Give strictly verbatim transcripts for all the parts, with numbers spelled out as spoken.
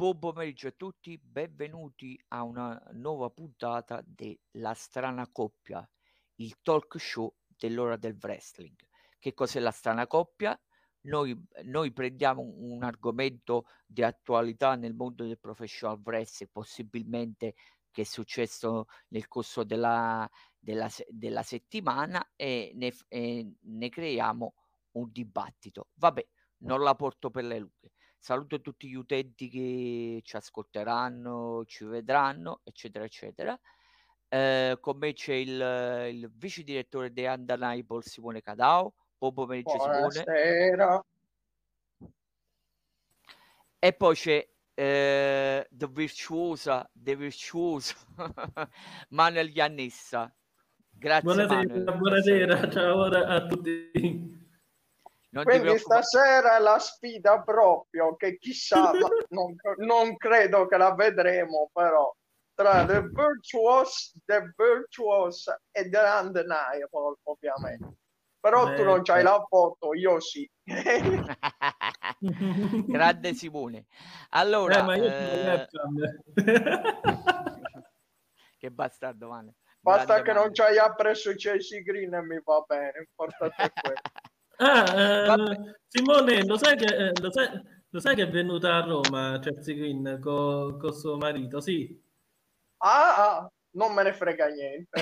Buon pomeriggio a tutti, benvenuti a una nuova puntata della Strana Coppia, il talk show dell'ora del wrestling. Che cos'è la Strana Coppia? Noi, noi prendiamo un argomento di attualità nel mondo del professional wrestling, possibilmente che è successo nel corso della, della, della settimana, e ne, e ne creiamo un dibattito. Vabbè, non la porto per le lunghe. Saluto tutti gli utenti che ci ascolteranno, ci vedranno, eccetera, eccetera. Eh, con me c'è il, il vice direttore di Undeniable, Simone Cadao. Buon pomeriggio, Simone. Buonasera. E poi c'è eh, The Virtuosa, The Virtuoso, Manuel Iannessa. Grazie, buonasera, Manuel. buonasera, ciao a tutti. Non Quindi stasera è la sfida proprio, che chissà, ma non, non credo che la vedremo, però tra The Virtuous, The Virtuous e The Undeniable, ovviamente. Però Beh, tu non c'hai la foto, io sì. Grande Simone. Allora, eh, ma io eh... che bastardo, Mane. Basta che mano. Non c'hai appresso i Chelsea Green e mi va bene, importante è quello. Ah, eh, Simone, lo sai, che, lo, sai, lo sai che è venuta a Roma Chelsea Green con, con suo marito? Sì. Ah, ah, non me ne frega niente.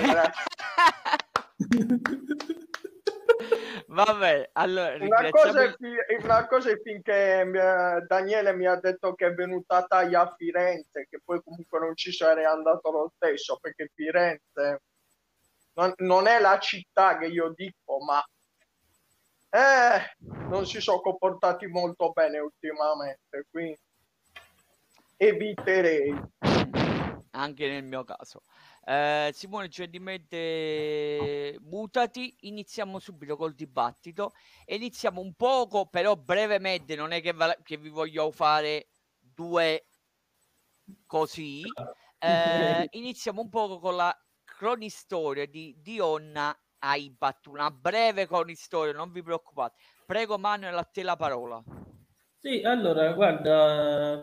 Vabbè, allora una, cosa è, una cosa è finché Daniele mi ha detto che è venuta a Taglia a Firenze, che poi comunque non ci sarei andato lo stesso, perché Firenze non, non è la città che io dico, ma eh, non si sono comportati molto bene ultimamente, quindi eviterei. Anche nel mio caso. Eh, Simone, gentilmente mutati, iniziamo subito col dibattito e iniziamo un poco, però brevemente, non è che, che vi voglio fare due così. Eh, iniziamo un poco con la cronistoria di Dionna a Impact, una breve cronistoria, non vi preoccupate. Prego Manuel, a te la parola. Sì, allora, guarda,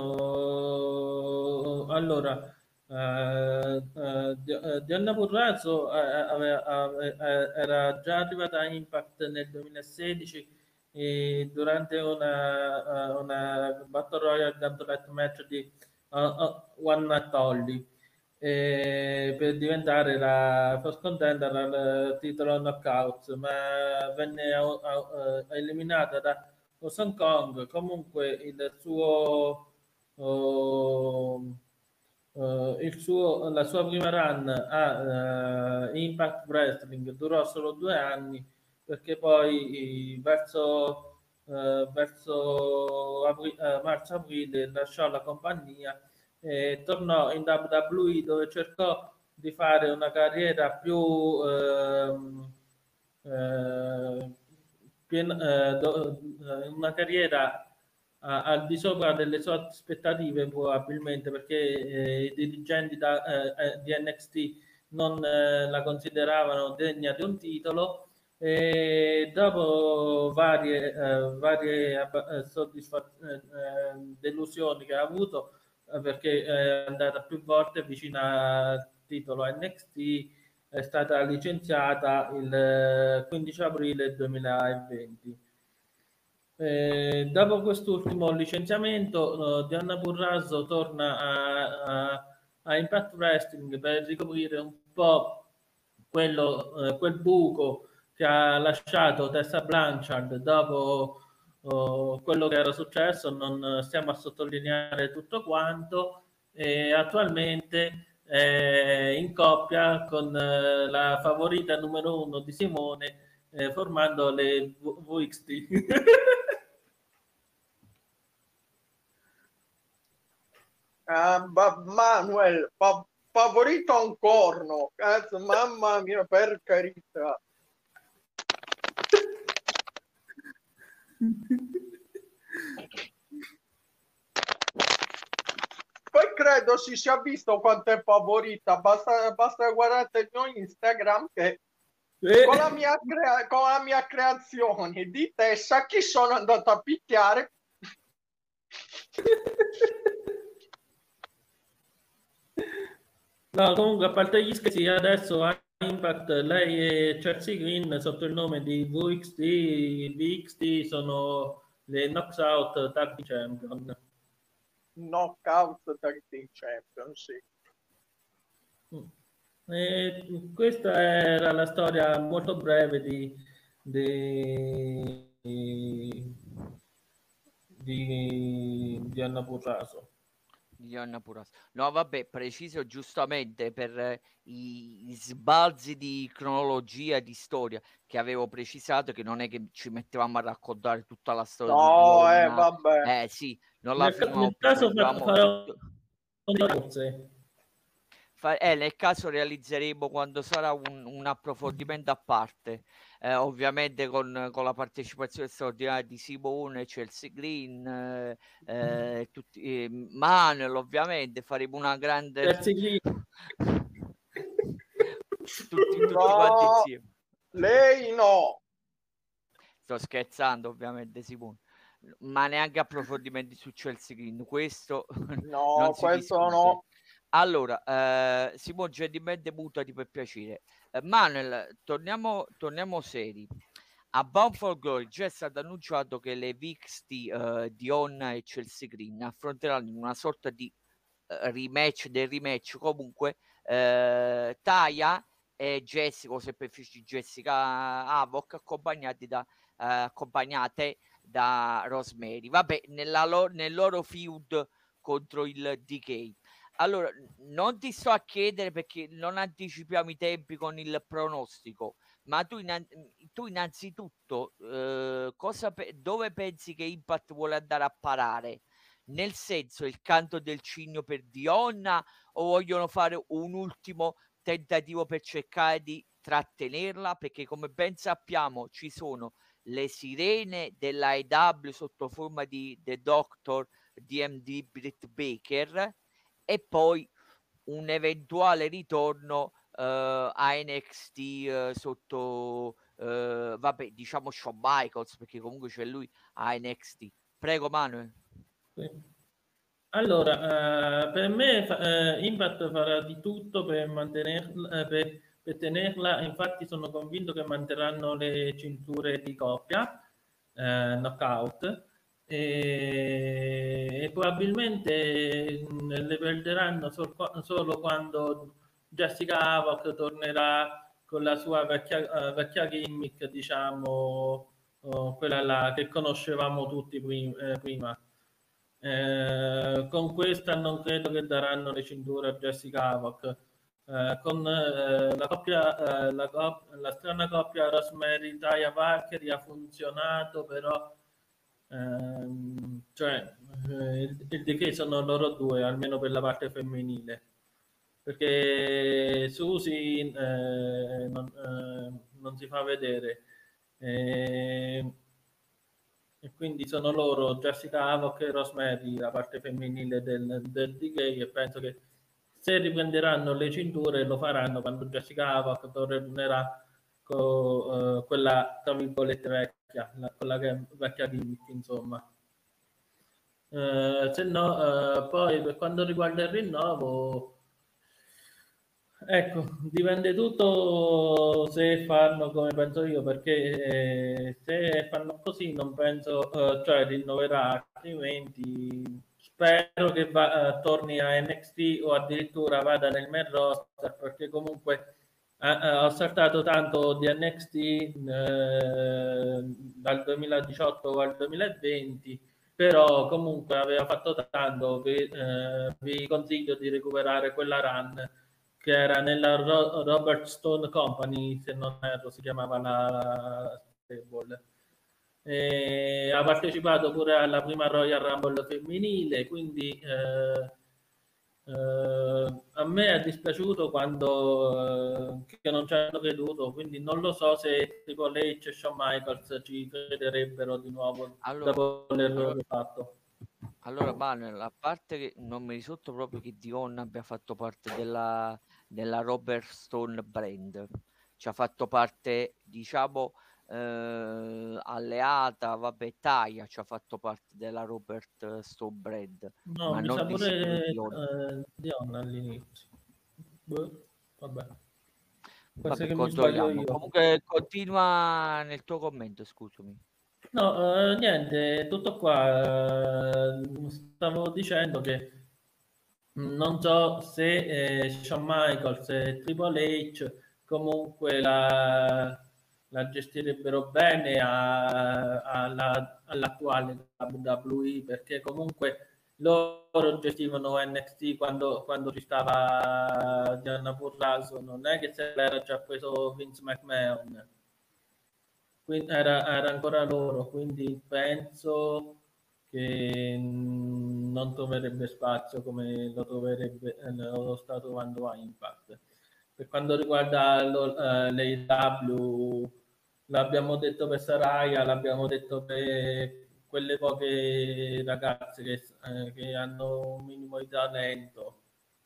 Pino, allora, eh, eh, Dionna Purrazzo eh, eh, era già arrivata a Impact nel duemilasedici e durante una, una Battle Royale Gauntlet match di uh, uh, One Night Only eh, per diventare la first contender al titolo Knockout, ma venne uh, uh, eliminata da Hong Kong. Comunque il suo, uh, uh, il suo la sua prima run a uh, Impact Wrestling durò solo due anni, perché poi verso uh, verso apri- uh, marzo-aprile lasciò la compagnia e tornò in W W E, dove cercò di fare una carriera più uh, uh, Eh, do, una carriera a, al di sopra delle sue aspettative, probabilmente perché eh, i dirigenti da, eh, di N X T non eh, la consideravano degna di un titolo, e dopo varie, eh, varie eh, soddisfaz- eh, delusioni che ha avuto, eh, perché è andata più volte vicina al titolo N X T, è stata licenziata il quindici aprile duemilaventi. Eh, dopo quest'ultimo licenziamento, uh, Dionna Purrazzo torna a, a, a Impact Wrestling per ricoprire un po' quello, uh, quel buco che ha lasciato Tessa Blanchard dopo uh, quello che era successo. Non stiamo a sottolineare tutto quanto, e attualmente eh, in coppia con eh, la favorita numero uno di Simone, eh, formando le V X T. uh, Manuel, fa- favorito a un corno, cazzo, mamma mia, per carità. Poi credo si sia visto quanto è favorita, basta, basta guardare il mio Instagram, che eh. con, la mia crea- con la mia creazione di Tessa chi sono andato a picchiare. No, comunque, a parte gli scherzi, adesso a Impact lei e Chelsea Green sotto il nome di V X T, V X T sono le Knockout Tag Team Champion. Knockout Tag Team Champion, sì. E questa era la storia molto breve di di, di, di Anna Purraso. Di Anna Purraso. No, vabbè, preciso giustamente per eh, i, i sbalzi di cronologia di storia che avevo precisato, che non è che ci mettevamo a raccontare tutta la storia di No, eh, Dionna. vabbè. Eh sì, non la Nel, firmavo nel più, caso fa- facevamo farò tutto. cose. Fa- eh, nel caso realizzeremo quando sarà un, un approfondimento a parte, eh, ovviamente con, con la partecipazione straordinaria di Simone, Chelsea Green, eh, eh, tutti, eh, Manuel, ovviamente faremo una grande Chelsea Green. tutti, tutti quanti No, insieme. lei no. Sto scherzando, ovviamente, Simone, ma neanche approfondimenti su Chelsea Green, questo No, non si questo discute. no. Allora, eh, Simone, gentilmente mutati per piacere. Eh, Manuel, torniamo, torniamo seri. A Bound for Glory già è stato annunciato che le V X T eh, Dionna e Chelsea Green affronteranno in una sorta di eh, rematch del rematch comunque eh, Taya e Jessica, o se preferisci Jessica Havoc, accompagnati da, eh, accompagnate da Rosemary. Vabbè, nella lo- nel loro feud contro il D K. Allora, non ti sto a chiedere perché non anticipiamo i tempi con il pronostico, ma tu, innan- tu innanzitutto eh, cosa pe- dove pensi che Impact vuole andare a parare? Nel senso, il canto del cigno per Dionna, o vogliono fare un ultimo tentativo per cercare di trattenerla? Perché come ben sappiamo ci sono le sirene della A E W sotto forma di The Doctor, D M D, Britt Baker, e poi un eventuale ritorno uh, a N X T uh, sotto uh, vabbè, diciamo Shawn Michaels, perché comunque c'è lui a N X T. Prego, Manuel. Allora, eh, per me eh, Impact farà di tutto per mantenerla, eh, per, per tenerla, infatti sono convinto che manterranno le cinture di coppia, eh, knockout, e, e probabilmente mh, le perderanno sol- solo quando Jessica Havoc tornerà con la sua vecchia, eh, vecchia gimmick, diciamo, oh, quella là che conoscevamo tutti prim- eh, prima. Eh, con questa non credo che daranno le cinture a Jessica Havoc. Eh, con eh, la, coppia, eh, la, cop- la strana coppia Rosemary Taya Valkyrie ha funzionato, però ehm, cioè, eh, il, il di che sono loro due, almeno per la parte femminile, perché Susi eh, non, eh, non si fa vedere. Eh, e quindi sono loro, Jessica Havoc e Rosemary, la parte femminile del, del D K, e penso che se riprenderanno le cinture lo faranno quando Jessica Havoc tornerà con eh, quella, tra virgolette, vecchia, la, quella che è vecchia gimmick, insomma. Eh, se no, eh, poi per quanto riguarda il rinnovo, ecco, dipende tutto se fanno come penso io, perché eh, se fanno così non penso, eh, cioè rinnoverà, altrimenti spero che va, eh, torni a N X T o addirittura vada nel main roster, perché comunque eh, eh, ho saltato tanto di N X T eh, dal duemiladiciotto al duemilaventi, però comunque aveva fatto tanto, vi, eh, vi consiglio di recuperare quella run che era nella Ro- Robert Stone Company, se non erro si chiamava la stable. E ha partecipato pure alla prima Royal Rumble femminile, quindi eh, eh, a me è dispiaciuto quando eh, che non ci hanno creduto, quindi non lo so se Triple H e Shawn Michaels ci crederebbero di nuovo Allora, dopo l'errore allora, fatto. allora Manuel, a parte che non mi risulta proprio che Dion abbia fatto parte della, della Robert Stone brand, ci ha fatto parte, diciamo, eh, alleata, vabbè, Taya ci ha fatto parte della Robert Stone brand, No, ma mi non sa di pure sicuro Dion. eh, Dion all'inizio. Boh, vabbè. Vabbè, che mi sbaglio controlliamo. io. Comunque continua nel tuo commento, scusami. No, eh, niente, tutto qua. Eh, stavo dicendo che non so se eh, Shawn Michaels e Triple H comunque la, la gestirebbero bene a- alla- all'attuale W W E, perché comunque loro gestivano N X T quando, quando ci stava Gianna Purrazzo, non è che se l'era già preso Vince McMahon. Quindi era, era ancora loro, quindi penso che mh, non troverebbe spazio come lo troverebbe eh, lo sta trovando a Impact. Per quanto riguarda lo- eh, l'A E W, l'abbiamo detto per Saraya, l'abbiamo detto per quelle poche ragazze che, eh, che hanno un minimo di talento.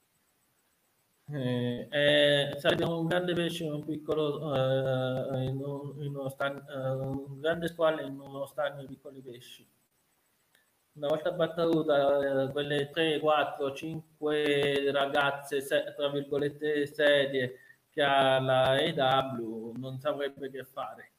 Eh, eh, sarebbe un grande pesce in un piccolo eh, in un- in uno stagno, eh, un grande squalo in uno stagno di piccoli pesci. Una volta battuta eh, quelle tre, quattro, cinque ragazze, se- tra virgolette, serie che ha la A E W, non saprebbe che fare.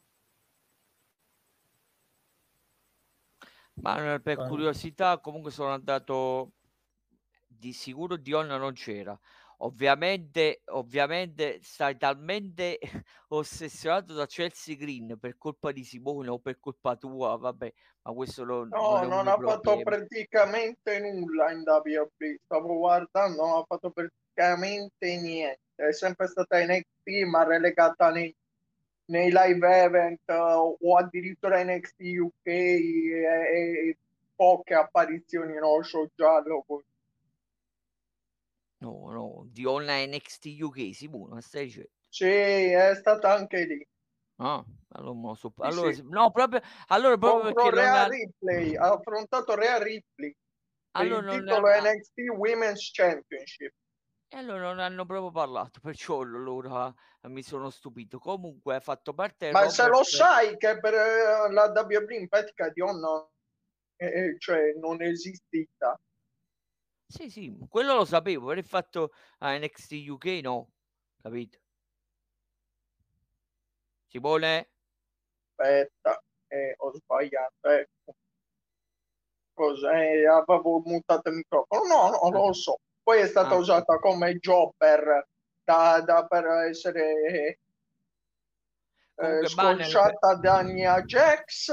Ma per curiosità, comunque sono andato, di sicuro Dion non c'era. Ovviamente, ovviamente stai talmente ossessionato da Chelsea Green per colpa di Simone o per colpa tua, vabbè, ma questo non, non No, è un non mio ha fatto problema. praticamente nulla in W W E. Stavo guardando, non ha fatto praticamente niente. È sempre stata in N X T, ma relegata nei, nei live event uh, o addirittura in N X T U K e, e poche apparizioni nello show giallo. No, no, Dion è N X T U K, Simone, ma stai dicendo? Sì, è stata anche lì. Ah, allora, mo so- Sì, allora, sì. sì. No, proprio, allora proprio Contro perché non Rhea ha, Ripley, ha affrontato Rhea Ripley per allora il non titolo ha, N X T Women's Championship. e allora non hanno proprio parlato, perciò allora mi sono stupito. Comunque ha fatto parte Ma se Robert. lo sai che per eh, la W W E in pratica Dion non, eh, cioè, non è esistita. Sì, sì, quello lo sapevo, per il fatto a N X T U K no, capito? Simone? Aspetta, eh, ho sbagliato. Ecco. Cos'è? Avevo mutato il microfono. No, no, Ah, lo so. Poi è stata ah, usata come jobber da, da- per essere eh, comunque Banner, scocciata da Nia Jax.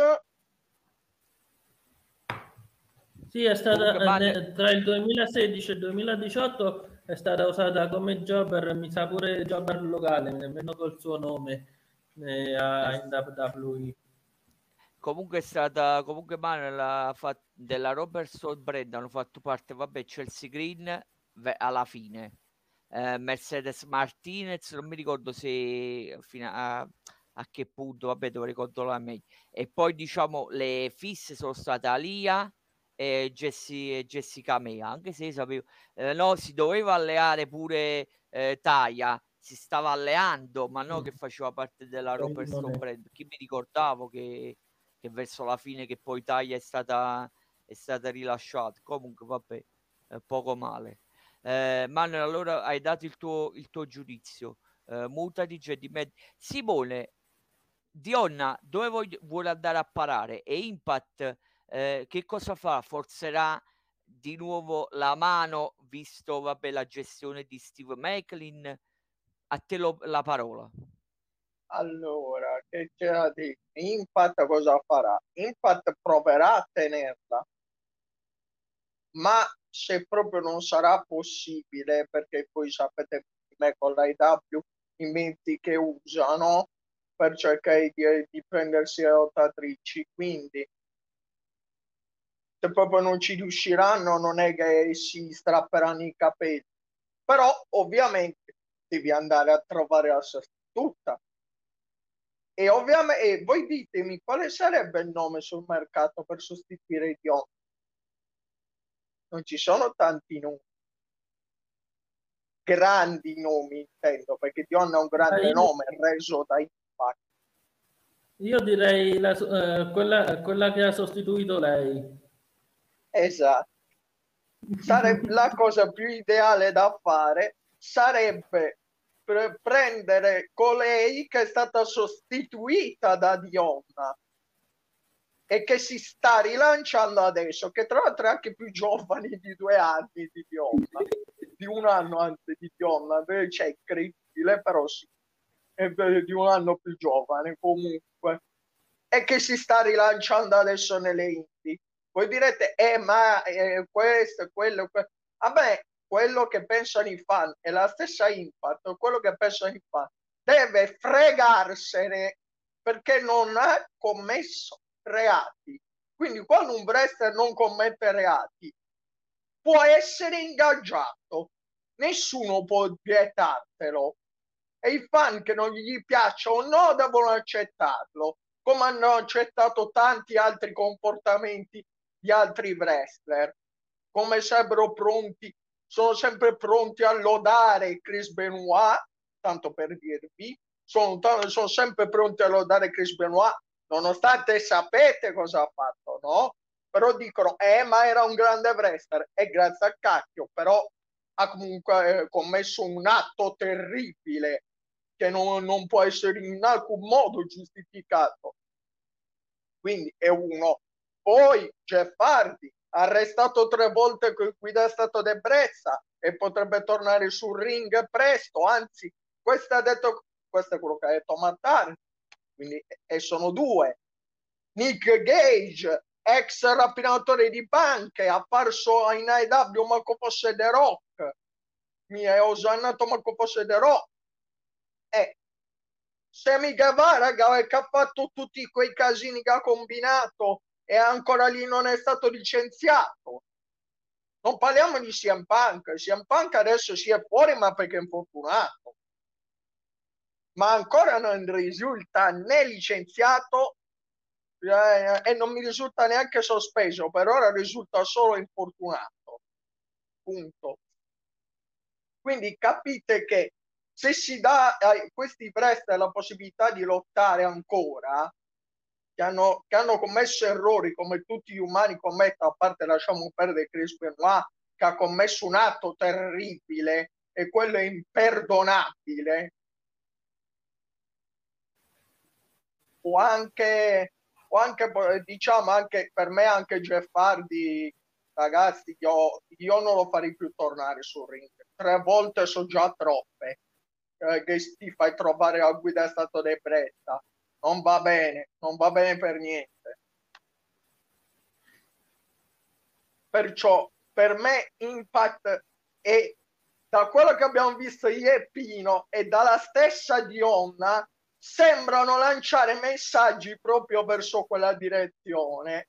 Sì, è stata comunque eh, Banner, ne- tra il duemilasedici e il duemiladiciotto è stata usata come jobber, mi sa pure jobber locale, nemmeno col suo nome eh, a- eh, in W W E. comunque è stata, comunque Banner ha fatto, della Robert Soul Brand hanno fatto parte, vabbè, Chelsea Green ve- alla fine. Eh, Mercedes Martinez, non mi ricordo se fino a, a che punto, vabbè, dovrei controllare meglio. E poi diciamo le fisse sono state Alia e Jessi- e Jessica Mea, anche se sapevo, eh, no, si doveva alleare pure eh, Taya, si stava alleando, ma no Mm. che faceva parte della Quindi Roper non Stone è. Brand, che mi ricordavo che, che verso la fine che poi Taya è stata, è stata rilasciata. Comunque, vabbè, eh, poco male. Eh, Manuel, allora hai dato il tuo, il tuo giudizio. Eh, mutati, c'è di me. Simone, Dionna, dove voglio- vuole andare a parare? E Impact, eh, che cosa fa? Forzerà di nuovo la mano, visto, vabbè, la gestione di Steve Macklin? A te lo- la parola. Allora, che c'è da dire? Impact cosa farà? Impact proverà a tenerla, ma se proprio non sarà possibile, perché poi sapete me con l'A E W i mezzi che usano per cercare di, di prendersi le lottatrici, quindi se proprio non ci riusciranno non è che si strapperanno i capelli, però ovviamente devi andare a trovare la sostituta. E ovviamente, voi ditemi quale sarebbe il nome sul mercato per sostituire Dion? Non ci sono tanti nomi, grandi nomi intendo, perché Dion è un Ah, grande io, nome reso da Impact. io direi la, eh, quella, quella che ha sostituito lei. Esatto. Sarebbe la cosa più ideale da fare, sarebbe per prendere colei che è stata sostituita da Dionna e che si sta rilanciando adesso, che tra l'altro è anche più giovane di due anni di Dionna, di un anno anzi di Dionna, c'è incredibile, però sì, è di un anno più giovane comunque, e che si sta rilanciando adesso nelle indie. Voi direte, eh ma eh, questo, quello, quello. Vabbè, quello che pensano i fan è la stessa Impact, quello che pensano i fan deve fregarsene perché non ha commesso reati. Quindi quando un wrestler non commette reati può essere ingaggiato, nessuno può vietartelo, e i fan che non gli piaccia o no devono accettarlo, come hanno accettato tanti altri comportamenti di altri wrestler, come sarebbero pronti, sono sempre pronti a lodare Chris Benoit, tanto per dirvi, sono, sono sempre pronti a lodare Chris Benoit, nonostante sapete cosa ha fatto, no? Però dicono, eh, ma era un grande wrestler, e grazie al cacchio, però ha comunque eh, commesso un atto terribile che non, non può essere in alcun modo giustificato. Quindi è uno. Poi Jeff Hardy, arrestato tre volte con guida stato d'ebbrezza e potrebbe tornare sul ring presto, anzi, questo, ha detto, questo è quello che ha detto Matt Hardy, quindi e sono due. Nick Gage, ex rapinatore di banche, apparso in A E W manco fosse The Rock, mi è osannato manco fosse The Rock, e Sammy Guevara che ha fatto tutti quei casini che ha combinato e ancora lì non è stato licenziato. Non parliamo di C M Punk, C M Punk adesso si è fuori ma perché è infortunato, ma ancora non risulta né licenziato eh, e non mi risulta neanche sospeso, per ora risulta solo infortunato, punto. Quindi capite che se si dà a questi wrestler la possibilità di lottare ancora, che hanno, che hanno commesso errori come tutti gli umani commettono, a parte lasciamo perdere Chris Benoit che ha commesso un atto terribile e quello è imperdonabile, o anche, o anche diciamo anche per me anche Jeff Hardy, ragazzi, io, io non lo farei più tornare sul ring, tre volte sono già troppe eh, che ti fai trovare a guida stato d'ebbrezza, non va bene, non va bene per niente. Perciò per me Impact è, da quello che abbiamo visto io e Pino e dalla stessa Dionna, sembrano lanciare messaggi proprio verso quella direzione,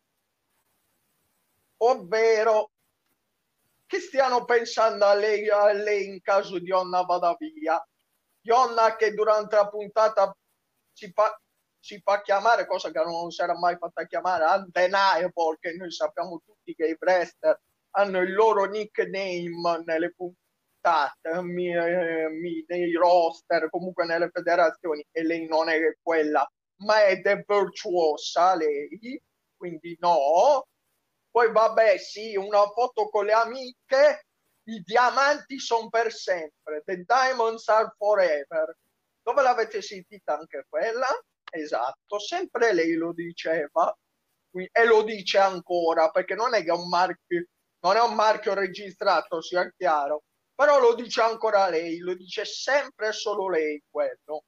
ovvero che stiano pensando a lei, a lei in caso Dionna vada via. Dionna che durante la puntata si fa, si fa chiamare, cosa che non si era mai fatta chiamare, Undeniable, che noi sappiamo tutti che i wrestler hanno il loro nickname nelle puntate, mi, mi, nei roster, comunque nelle federazioni, e lei non è quella, ma è The Virtuosa lei, quindi no. Poi vabbè, sì, una foto con le amiche, i diamanti sono per sempre, the diamonds are forever. Dove l'avete sentita anche quella? Esatto, sempre lei lo diceva e lo dice ancora, perché non è che è un marchio, non è un marchio registrato, sia chiaro, però lo dice ancora lei, lo dice sempre e solo lei quello.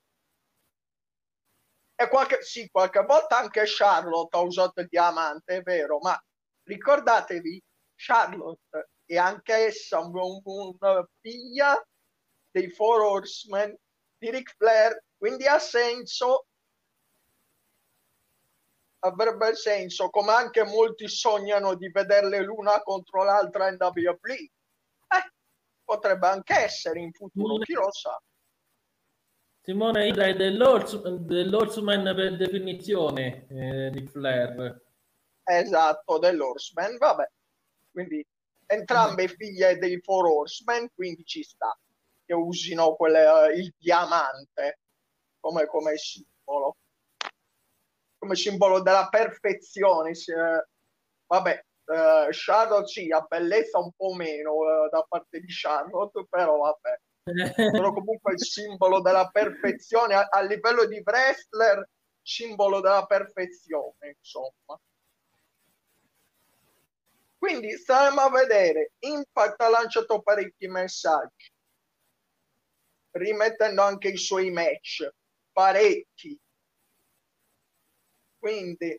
E qualche, sì, qualche volta anche Charlotte ha usato il diamante, è vero, ma ricordatevi, Charlotte è anche essa una, una figlia dei Four Horsemen di Ric Flair, quindi ha senso, avrebbe senso, come anche molti sognano di vederle l'una contro l'altra in W W E. Eh, potrebbe anche essere in futuro, chi lo sa. Simone Ida è dell'Horseman per definizione eh, di Flair. Esatto, dell'Horseman, vabbè. Quindi entrambe figlie dei Four Horsemen, quindi ci sta che usino quelle, il diamante come, come simbolo, come simbolo della perfezione. Vabbè, Uh, Charlotte sì, a bellezza un po' meno uh, da parte di Charlotte, però vabbè. Però comunque il simbolo della perfezione a, a livello di wrestler, simbolo della perfezione, insomma. Quindi staremo a vedere. Impact ha lanciato parecchi messaggi, rimettendo anche i suoi match, parecchi. Quindi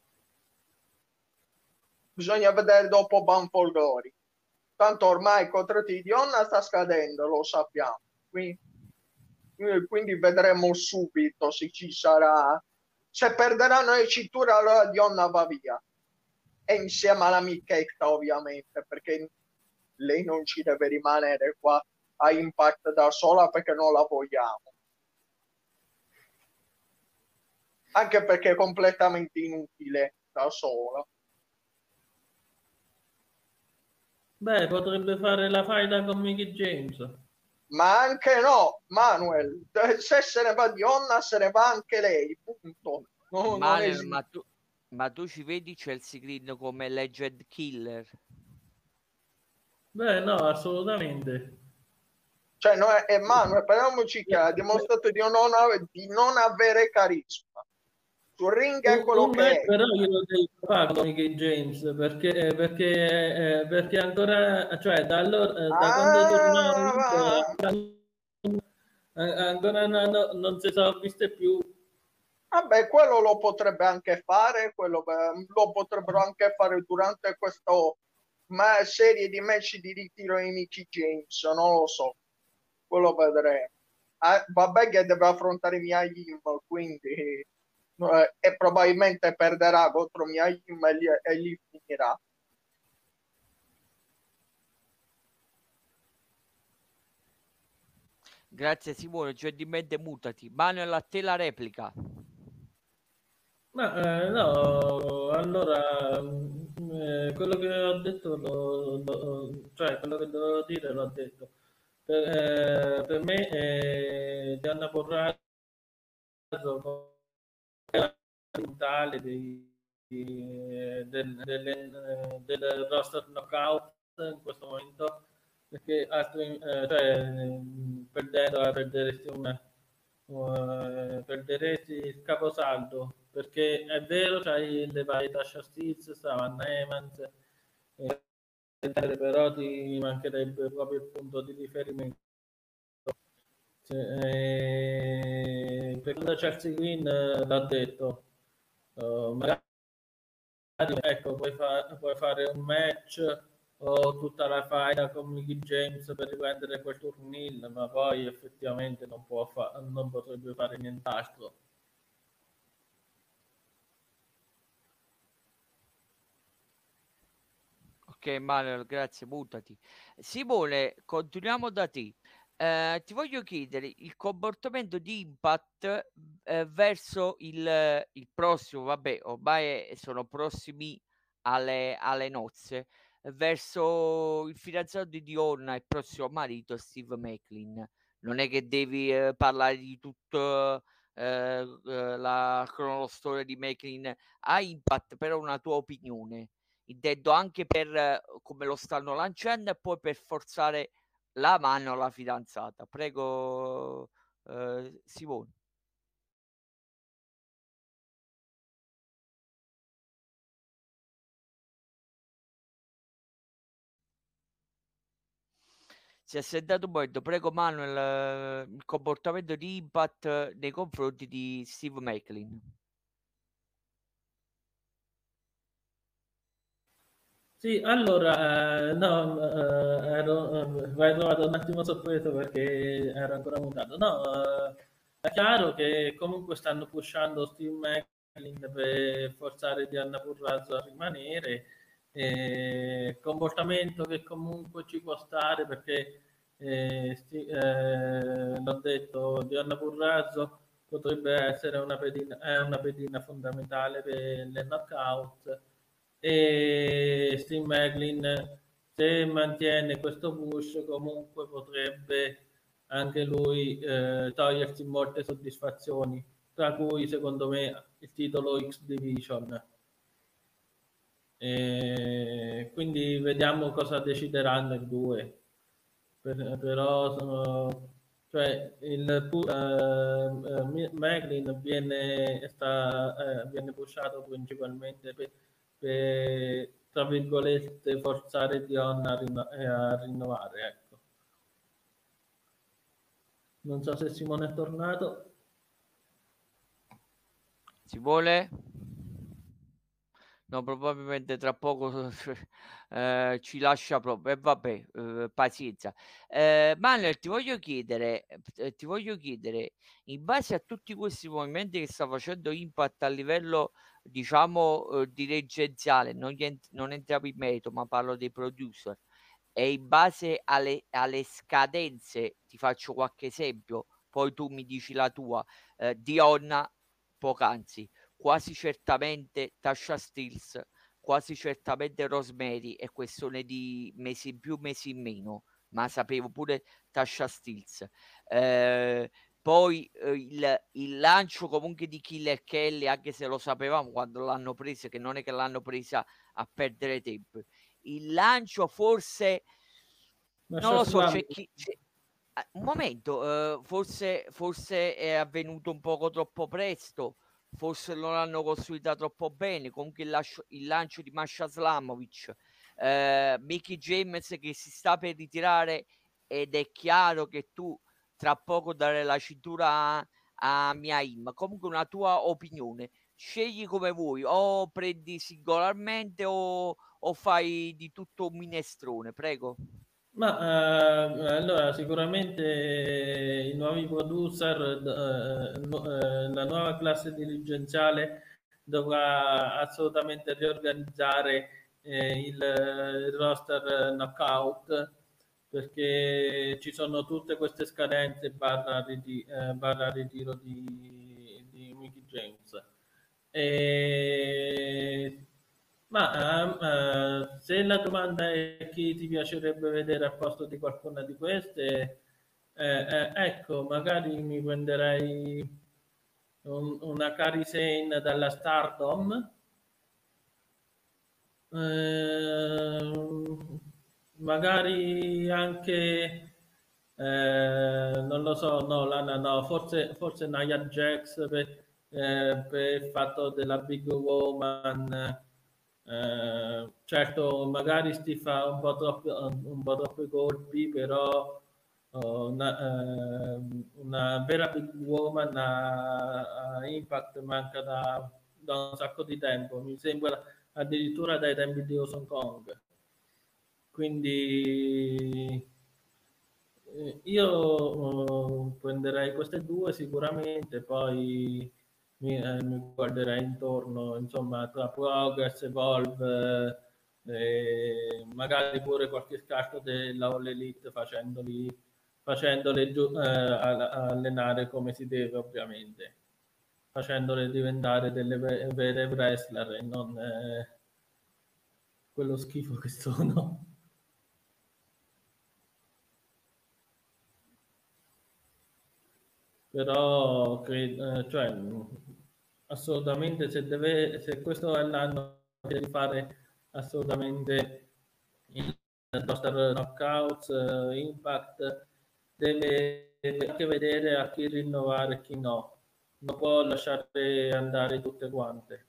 bisogna vedere dopo Bound for Glory. Tanto ormai il contratto di Dionna sta scadendo, lo sappiamo. Quindi, quindi vedremo subito se ci sarà. Se perderanno le cinture, allora Dionna va via. E insieme all'amichetta, ovviamente, perché lei non ci deve rimanere qua a Impact da sola perché non la vogliamo. Anche perché è completamente inutile da sola. Beh, potrebbe fare la faida con Mickey James. Ma anche no, Manuel, se se ne va Dionna, se ne va anche lei, punto. No, Manuel, non ma, tu, ma tu ci vedi Chelsea Green come Legend Killer? Beh, no, assolutamente. Cioè, no, Emanuele, parliamoci chiaro, ha dimostrato di non, ave, di non avere carisma. Sul ring è quello un che match è. però glielo devo fare con Mickey James perché, perché, eh, perché ancora, cioè da, allora, eh, da Ah, quando tornano ancora no, non si sono viste più. Vabbè, quello lo potrebbe anche fare, quello lo potrebbero anche fare durante questa serie di match di ritiro di Mickey James, non lo so, quello vedremo. Ah, vabbè che deve affrontare Mia Yim, quindi eh, e probabilmente perderà contro Mia Yim e lì, e lì finirà. Grazie Simone, gentilmente mutati. Manuel, a te la replica. Ma eh, no, allora eh, quello che ho detto, lo, lo, cioè quello che dovevo dire l'ho detto. Per, eh, per me eh, Gianna Porrazzo mentale dei, del, del, del roster knockout in questo momento perché altri, eh, cioè, perdendo perderesti una uh, perderesti il caposaldo perché è vero c'hai le varie Tasha Steels, Savannah Evans eh, però ti mancherebbe proprio il punto di riferimento. Eh, per quando Chelsea Green eh, l'ha detto uh, magari ecco, puoi, fa- puoi fare un match o tutta la faida con Mickey James per riprendere quel turnil, ma poi effettivamente non, può fa- non potrebbe fare nient'altro. Ok Manuel, grazie, mutati. Simone, continuiamo da te. Eh, ti voglio chiedere il comportamento di Impact eh, verso il, il prossimo, vabbè, ormai sono prossimi alle, alle nozze, verso il fidanzato di Dionna e il prossimo marito Steve Macklin. Non è che devi eh, parlare di tutto eh, eh, la cronostoria di Macklin a Impact, però una tua opinione. Intendo anche per eh, come lo stanno lanciando e poi per forzare la mano alla fidanzata. Prego, eh, Simone. Si è sentato un momento, prego Manuel, eh, il comportamento di Impact eh, nei confronti di Steve Macklin. Sì, allora, eh, no, eh, ero, eh, vai trovato un attimo sorpreso perché ero ancora mutato. No, eh, è chiaro che comunque stanno pushando Steve Macklin per forzare Diana Purrazzo a rimanere. Eh, comportamento che comunque ci può stare perché, eh, sti- eh, l'ho detto, Diana Purrazzo potrebbe essere una pedina, è una pedina fondamentale per le knockout e Steve Macklin se mantiene questo push comunque potrebbe anche lui eh, togliersi molte soddisfazioni tra cui secondo me il titolo X Division E quindi vediamo cosa decideranno i due. Per, però sono, cioè il uh, Macklin viene, sta, eh, viene pushato principalmente per, per, tra virgolette, forzare Dion a, rinno- a rinnovare, ecco. Non so se Simone è tornato. Si vuole? No, probabilmente tra poco eh, ci lascia proprio. E vabbè, eh, pazienza. Eh, Manuel, ti voglio chiedere, eh, ti voglio chiedere, in base a tutti questi movimenti che sta facendo Impact a livello, diciamo, eh, dirigenziale, non, gli ent- non entriamo in merito, ma parlo dei producer, e in base alle, alle scadenze, ti faccio qualche esempio, poi tu mi dici la tua, eh, Dionna, poc'anzi, quasi certamente Tasha Steels, quasi certamente Rosemary, è questione di mesi in più, mesi in meno, ma sapevo pure Tasha Steels. Eh, poi eh, il, il lancio comunque di Killer Kelly, anche se lo sapevamo quando l'hanno presa, che non è che l'hanno presa a perdere tempo. Il lancio forse, non lo so, c'è chi... c'è- ah, un momento, eh, forse, forse è avvenuto un poco troppo presto, forse non l'hanno costruita troppo bene. Comunque il, lascio- il lancio di Masha Slamovic, eh, Mickey James che si sta per ritirare, ed è chiaro che tu tra poco darai la cintura a, a Miaim. Comunque una tua opinione, scegli come vuoi, o prendi singolarmente o, o fai di tutto un minestrone, prego. Ma eh, allora sicuramente i nuovi producer, eh, no- eh, la nuova classe dirigenziale dovrà assolutamente riorganizzare eh, il, il roster knockout, perché ci sono tutte queste scadenze barra, riti- eh, barra ritiro di, di Mickey James. E ma eh, eh, se la domanda è chi ti piacerebbe vedere al posto di qualcuna di queste, eh, eh, ecco, magari mi prenderei un- una Kairi Sane dalla Stardom, ehm, magari anche, eh, non lo so, no, Lana, no, forse, forse Nia Jax per, eh, per il fatto della Big Woman. Eh, certo, magari sti fa un po' troppi, un po' troppi colpi, però oh, una, eh, una vera big woman a, a Impact manca da, da un sacco di tempo, mi sembra addirittura dai tempi di Awesome Kong. Quindi eh, io oh, prenderei queste due sicuramente, poi mi, eh, mi guarderei intorno, insomma, tra Progress, Evolve, eh, magari pure qualche scarto della All Elite facendoli, facendole giu- eh, a- a- allenare come si deve, ovviamente, facendole diventare delle ve- vere wrestler e non eh, quello schifo che sono. Però credo, eh, cioè, assolutamente se deve, se questo è l'anno di fare assolutamente il roster knockouts, eh, Impact deve, deve anche vedere a chi rinnovare e chi no, non può lasciare andare tutte quante.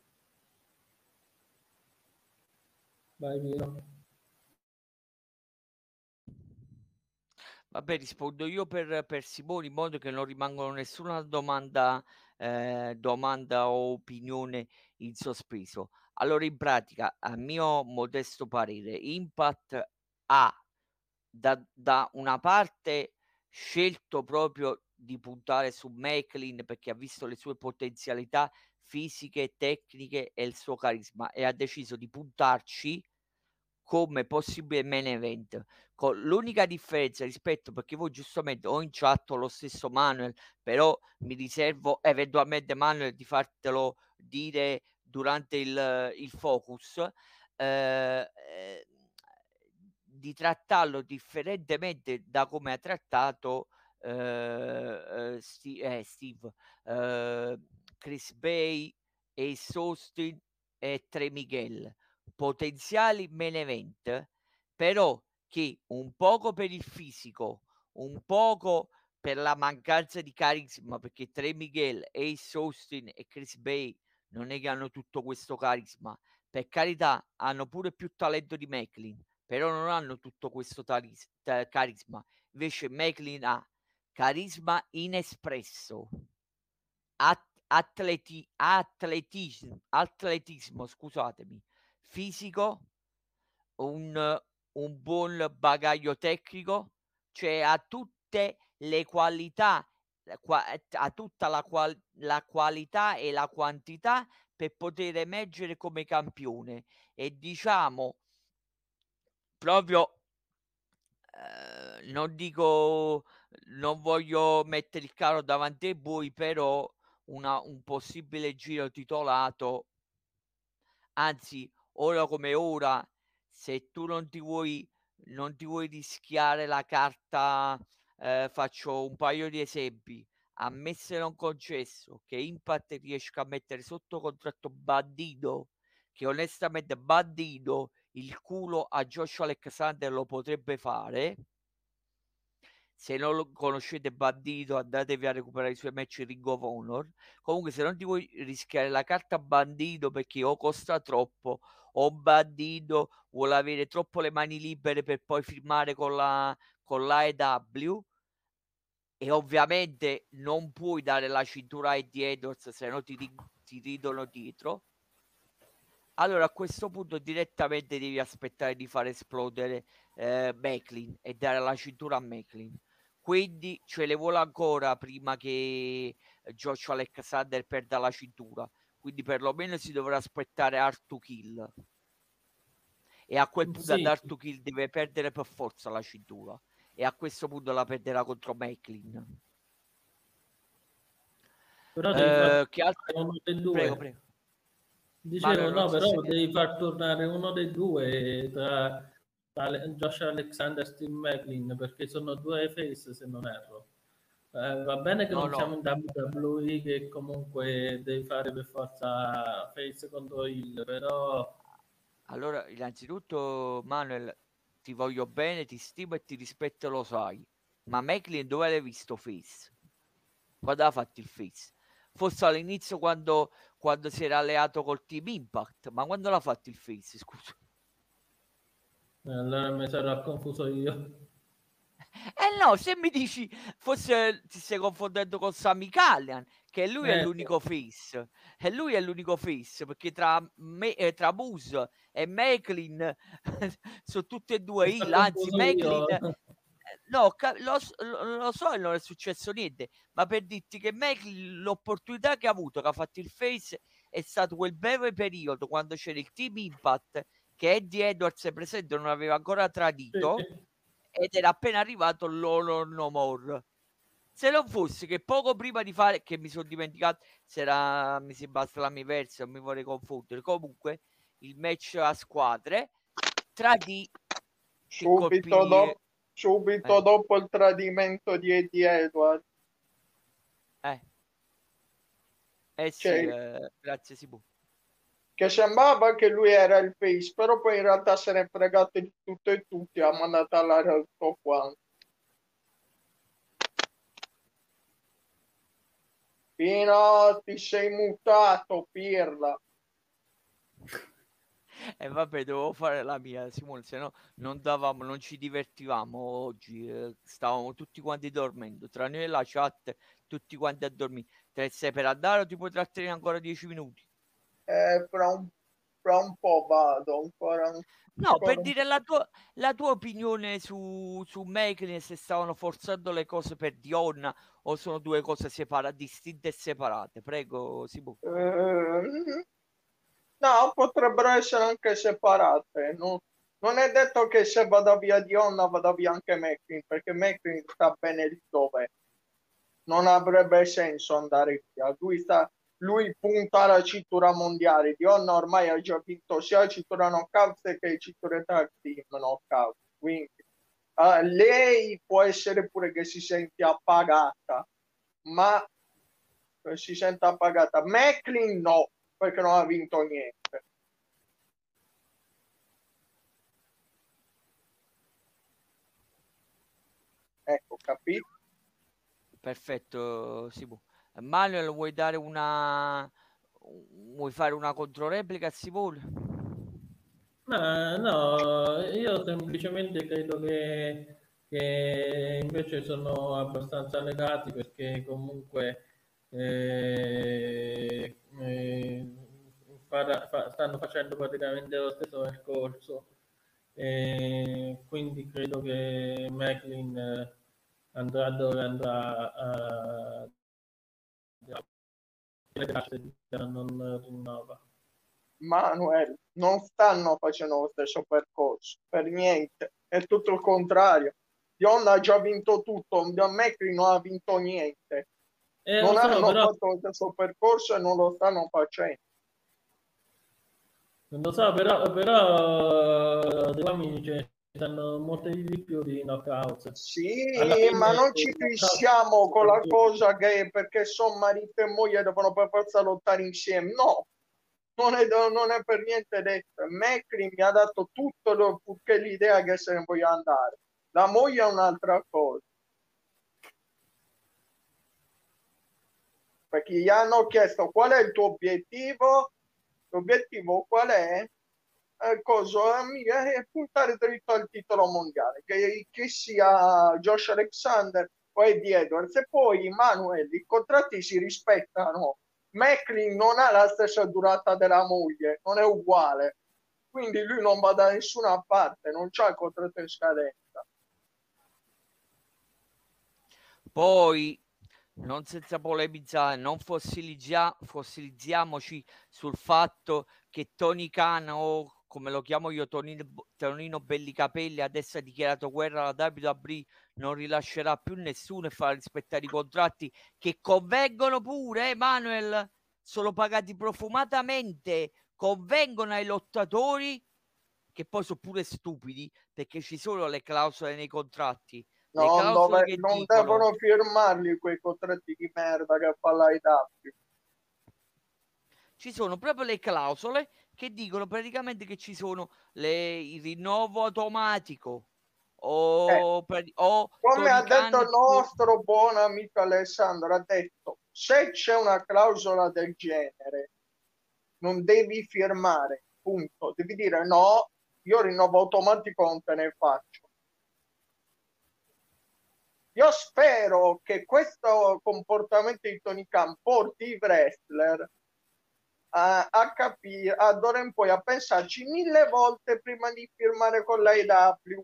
Vai Miro. Vabbè, rispondo io per, per Simone in modo che non rimangono nessuna domanda, eh, domanda o opinione in sospeso. Allora, in pratica, a mio modesto parere, Impact ha da, da una parte scelto proprio di puntare su Macklin perché ha visto le sue potenzialità fisiche, tecniche e il suo carisma, e ha deciso di puntarci come possibile main event, con l'unica differenza rispetto, perché voi giustamente ho in chat lo stesso Manuel, però mi riservo eventualmente Manuel di fartelo dire durante il, il focus, eh, eh, di trattarlo differentemente da come ha trattato eh, eh, Sti- eh, Steve, eh, Chris Bay, Ace Austin e Tre Miguel. potenziali main event, però che un poco per il fisico, un poco per la mancanza di carisma, perché Trey Miguel, Ace Austin e Chris Bay non è che hanno tutto questo carisma. Per carità, hanno pure più talento di Macklin, però non hanno tutto questo taris- ta- carisma. Invece Macklin ha carisma inespresso, at- atleti- atletismo, atletismo, scusatemi, fisico, un, un buon bagaglio tecnico, cioè ha tutte le qualità, la qua- ha tutta la, qual- la qualità e la quantità per poter emergere come campione. E diciamo proprio, eh, non dico, non voglio mettere il carro davanti ai buoi, però una, un possibile giro titolato, anzi, ora come ora, se tu non ti vuoi, non ti vuoi rischiare la carta, eh, faccio un paio di esempi. Ammesso e non concesso che Impact riesca a mettere sotto contratto Bandito, che onestamente Bandito il culo a Joshua Alexander lo potrebbe fare. Se non lo conoscete Bandito, andatevi a recuperare i suoi match in Ring of Honor. Comunque, se non ti vuoi rischiare la carta Bandito perché o costa troppo o Bandito vuole avere troppo le mani libere per poi firmare con la con l'A E W, e ovviamente non puoi dare la cintura a Eddie Edwards, se no ti, ti ridono dietro. Allora a questo punto direttamente devi aspettare di far esplodere eh, Macklin e dare la cintura a Macklin. Quindi ce le vuole ancora prima che Joshua Alexander perda la cintura. Quindi perlomeno si dovrà aspettare Hard to Kill. E a quel punto Sì. ad Hard to Kill deve perdere per forza la cintura. E a questo punto la perderà contro Macklin. Però devi far Eh, che altro? uno dei due. Prego, prego. Dicevo, Manuel, non no, so però se... devi far tornare uno dei due tra, tra Josh Alexander e Steve Macklin, perché sono due face, se non erro. Eh, va bene che No, non no. siamo in W W E, che comunque devi fare per forza face contro il, però... Allora, innanzitutto, Manuel, ti voglio bene, ti stimo e ti rispetto, lo sai. Ma Macklin dove l'hai visto face? Quando ha fatto il face? Forse all'inizio quando, quando si era alleato col Team Impact, ma quando l'ha fatto il face, scusa? eh, Allora mi sarò confuso io. Eh no, se mi dici, forse ti stai confondendo con Sami Callian, che lui è Eh, l'unico face, e lui è l'unico face, perché tra, me, eh, tra Moose e Macklin sono tutti e due mi sto heel, anzi confuso Macklin, io. eh, no, ca- lo, s- lo- lo so e non è successo niente, ma per dirti che Macklin l'opportunità che ha avuto, che ha fatto il face, è stato quel breve periodo quando c'era il Team Impact, che Eddie Edwards presente non aveva ancora tradito, Sì. ed era appena arrivato l'Honor No More. Se non fosse che poco prima di fare, che mi sono dimenticato, se era, mi si basta la mia versa, non mi vorrei confondere, comunque il match a squadre tradì che Subito, colpì dopo, subito eh, dopo il tradimento di Eddie Edwards. eh, eh sì, Cioè, eh, grazie Sibu. che sembrava che lui era il face, però poi in realtà se ne è fregato di tutto e tutti, ha mandato all'aria tutto quanto. Pino, ti sei mutato, pirla. E eh, vabbè, dovevo fare la mia, Simone, se no non davamo, non ci divertivamo oggi, eh, stavamo tutti quanti dormendo, tra noi e la chat, tutti quanti a dormire. Te sei per andare o ti puoi trattenere ancora dieci minuti? Eh, fra, un, fra un po' vado, ancora, No, per ancora un dire po'. la tua, la tua opinione su, su Macklin, se stavano forzando le cose per Dionna o sono due cose separate, distinte e separate. Prego, Sibu. Eh, no, potrebbero essere anche separate. No? Non è detto che se vada via Dionna vada via anche Macklin, perché Macklin sta bene lì dove non avrebbe senso andare via. Lui, sta, lui punta alla cintura mondiale. Dionna ormai ha già vinto sia la cintura knockout che la cintura tag team knockout. Quindi uh, lei può essere pure che si sente appagata, ma si sente appagata. Macklin no, perché non ha vinto niente. Ecco, capito? Perfetto, Simo. Manuel, vuoi dare una vuoi fare una controreplica a Simone? Ma no, io semplicemente credo che, che invece sono abbastanza legati perché comunque eh, eh, farà- fa- stanno facendo praticamente lo stesso percorso. E quindi credo che Macklin eh, andrà dove andrà a, a non rinnova. Manuel, non stanno facendo lo stesso percorso, per niente, è tutto il contrario. Honda ha già vinto tutto, McLaren non ha vinto niente. Eh, Non lo so, hanno però, fatto lo stesso percorso e non lo stanno facendo. non lo so, però, però gli uomini ce ne stanno molti di più di knockout. Sì, Alla fine, ma non ci il fissiamo con la knockout- cosa che perché sono marito e moglie devono per forza lottare insieme. No, non è, non è per niente detto. McLaren mi ha dato tutto lo, purché l'idea che se ne voglia andare. La moglie è un'altra cosa. Perché gli hanno chiesto qual è il tuo obiettivo. L'obiettivo qual è? Eh, cosa, amica, è puntare dritto al titolo mondiale, che, che sia Josh Alexander o Eddie Edwards. E poi, Manuel, i contratti si rispettano. McLean non ha la stessa durata della moglie, non è uguale. Quindi lui non va da nessuna parte, non c'ha il contratto in scadenza. Poi, non senza polemizzare, non fossilizia- fossilizziamoci sul fatto che Tony Khan, o come lo chiamo io, Tonino, Tonino Bellicapelli, adesso ha dichiarato guerra alla W W E, non rilascerà più nessuno e farà rispettare i contratti che convengono pure, eh, Manuel, sono pagati profumatamente, convengono ai lottatori, che poi sono pure stupidi, perché ci sono le clausole nei contratti. Le Non, clausole dove, che non dicono devono firmarli quei contratti di merda che fa l'A E W. ci sono proprio le clausole che dicono praticamente che ci sono le, il rinnovo automatico Eh, o, per, o come Tony ha detto Khan il può- nostro buon amico Alessandro, ha detto se c'è una clausola del genere non devi firmare, punto. Devi dire no, io rinnovo automatico, non te ne faccio. Io spero che questo comportamento di Tony Khan porti i wrestler a, a capire, a d'ora in poi a pensarci mille volte prima di firmare con l'A E W.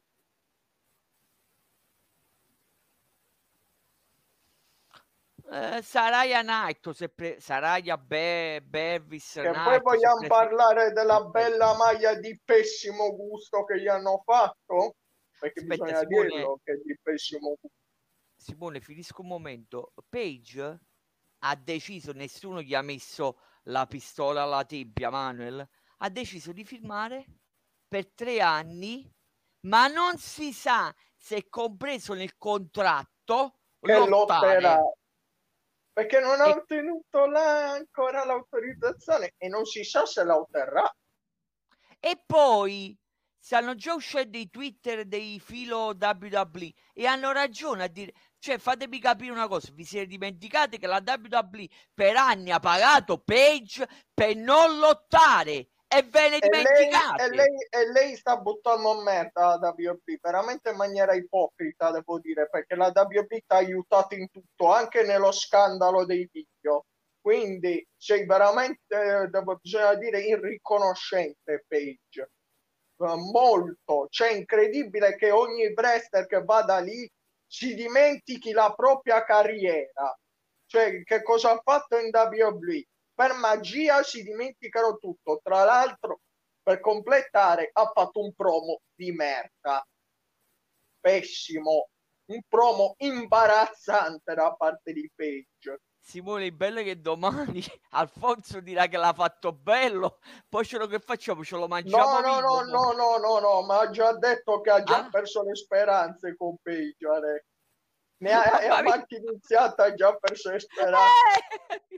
eh, Saraya Knight se pre- Saraya Be- Bevis Che poi Knight si è vogliamo prese parlare della aspetta, bella maglia di pessimo gusto che gli hanno fatto? Perché aspetta bisogna Simone dirlo che è di pessimo gusto. Simone finisco un momento. Page ha deciso, nessuno gli ha messo la pistola alla tempia, Manuel ha deciso di firmare per tre anni, ma non si sa se è compreso nel contratto Che lotterà, lottare. perché non ha E, ottenuto là ancora l'autorizzazione e non si sa se la otterrà. e poi stanno già uscendo dei Twitter dei filo W W E e hanno ragione a dire, cioè fatemi capire una cosa, vi siete dimenticati che la W W E per anni ha pagato Page per non lottare e ve ne E lei, e dimenticate. lei, e lei sta buttando merda la W W E, veramente in maniera ipocrita, devo dire, perché la W W E ti ha aiutato in tutto, anche nello scandalo dei video. Quindi sei veramente, devo, bisogna dire, irriconoscente, Page. Uh, molto. Cioè, incredibile che ogni wrestler che vada lì si dimentichi la propria carriera. Cioè, che cosa ha fatto in W W E? Per magia si dimenticano tutto. Tra l'altro, per completare, ha fatto un promo di merda. Pessimo. Un promo imbarazzante da parte di Page. Simone, il bello è che domani Alfonso dirà che l'ha fatto bello, poi ce lo che facciamo? Ce lo No, mangiamo no, vivo? no, no, no, no, no, ma ha già detto che ha già Ah? perso le speranze con Page. Adesso. Ne ha, ha Mamma mia. manchi iniziata, ha già perso le speranze. Eh!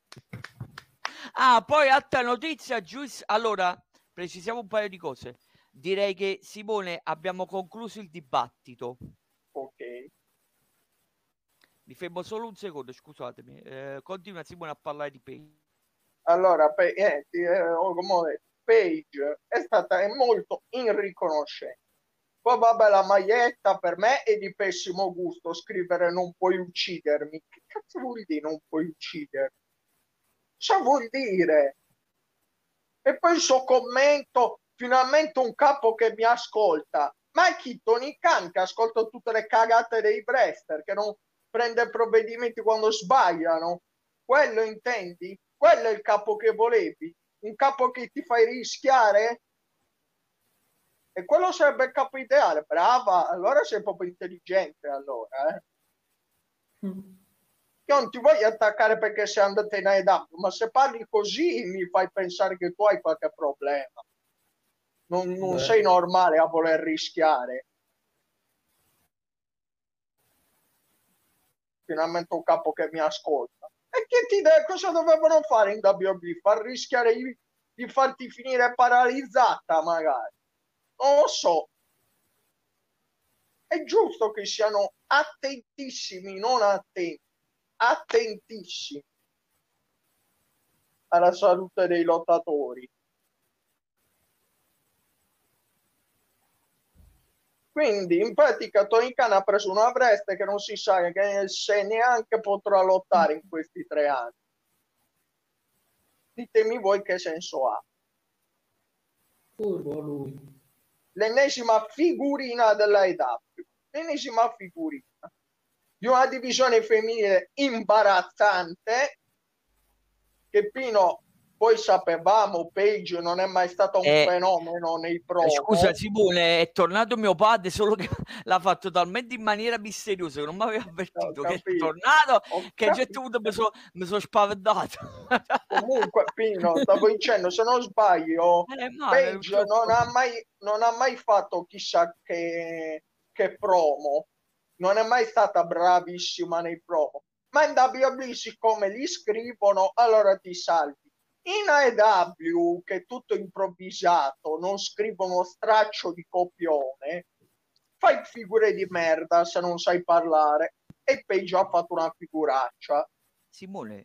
Ah, poi altra notizia, Gius. Allora, precisiamo un paio di cose. Direi che Simone abbiamo concluso il dibattito. Ok. Mi fermo solo un secondo, scusatemi. Eh, continua Simone a parlare di Page. Allora, pe- eh, eh, come ho detto, Page è stata è molto irriconoscente. Poi vabbè, la maglietta per me è di pessimo gusto, scrivere non puoi uccidermi. Che cazzo vuol dire non puoi uccidermi? Cosa vuol dire? E poi il suo commento, finalmente un capo che mi ascolta. Ma è chi? Tony Khan che ascolta tutte le cagate dei wrestler, che non prende provvedimenti quando sbagliano? Quello intendi? Quello è il capo che volevi? Un capo che ti fai rischiare? E quello sarebbe il capo ideale. Brava, allora sei proprio intelligente, allora, eh. Mm. Io non ti voglio attaccare perché sei andato in A E W, ma se parli così mi fai pensare che tu hai qualche problema. Non, non Beh, sei normale a voler rischiare. Finalmente un capo che mi ascolta. E che ti deve, cosa dovevano fare in W W E? Far rischiare di, di farti finire paralizzata, magari. Non lo so. È giusto che siano attentissimi, non attenti, attentissimi alla salute dei lottatori. Quindi in pratica Tony Khan ha preso una Brest che non si sa che se neanche potrà lottare in questi tre anni. Ditemi voi che senso ha. furbo lui. L'ennesima figurina dell'A E W, l'ennesima figurina di una divisione femminile imbarazzante che Pino, poi sapevamo, Page non è mai stato un Eh, fenomeno nei eh, promo. scusa Simone, è tornato mio padre, solo che l'ha fatto talmente in maniera misteriosa che non mi aveva avvertito che è tornato, Ho che a un certo punto mi sono so spaventato. Comunque, Pino, stavo dicendo, se non sbaglio, Eh, male, Page purtroppo. non ha mai, non ha mai fatto chissà che, che promo, non è mai stata bravissima nei promo, ma in W W E siccome li scrivono, allora ti salvi. In A E W, che è tutto improvvisato, non scrivono straccio di copione, fai figure di merda se non sai parlare, e Page ha fatto una figuraccia. Simone,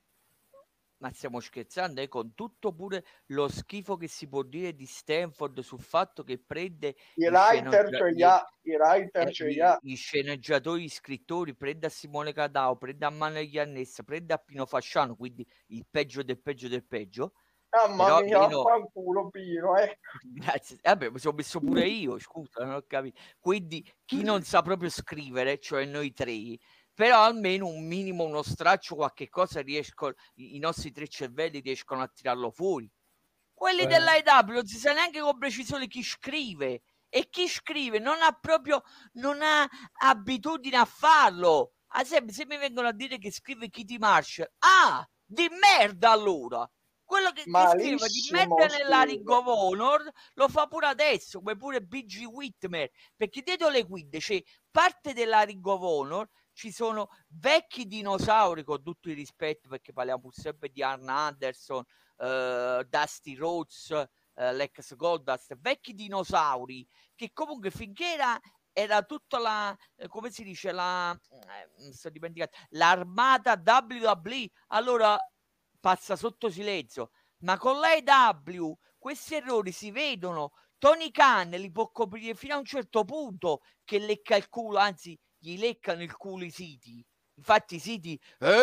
ma stiamo scherzando, eh? Con tutto pure lo schifo che si può dire di Stanford sul fatto che prende I i, writer sceneggia- ce li gli, ha, i writer eh, ce li gli- ha. gli sceneggiatori, gli scrittori, prende a Simone Cadao, prende a Manuel Iannessa, prende a Pino Fasciano, quindi il peggio del peggio del peggio. Mamma Però mia, almeno, fanculo Pino, eh. grazie, vabbè, mi sono messo pure io, scusa, non ho capito. Quindi chi non sa proprio scrivere, cioè noi tre, però almeno un minimo, uno straccio, qualche cosa riescono, i, i nostri tre cervelli riescono a tirarlo fuori. Quelli Beh, dell'A E W non si sa neanche con precisione chi scrive, e chi scrive non ha proprio, non ha abitudine a farlo. Ad esempio, se mi vengono a dire che scrive Kitty Marshall, ah, di merda allora! Quello che, che scrive di merda Malissimo nella scrive. Ring of Honor lo fa pure adesso, come pure B G Whitmer, perché dietro le quinte c'è parte della Ring of Honor, ci sono vecchi dinosauri, con tutto il rispetto, perché parliamo pur sempre di Arn Anderson, uh, Dusty Rhodes, uh, l'ex Goldust, vecchi dinosauri che comunque finché era, era tutta la, eh, come si dice, la, eh, sto dimenticando, l'armata W W E, allora passa sotto silenzio, ma con l'A E W questi errori si vedono. Tony Khan li può coprire fino a un certo punto, che lecca il culo, anzi gli leccano il culo i siti. Infatti i siti,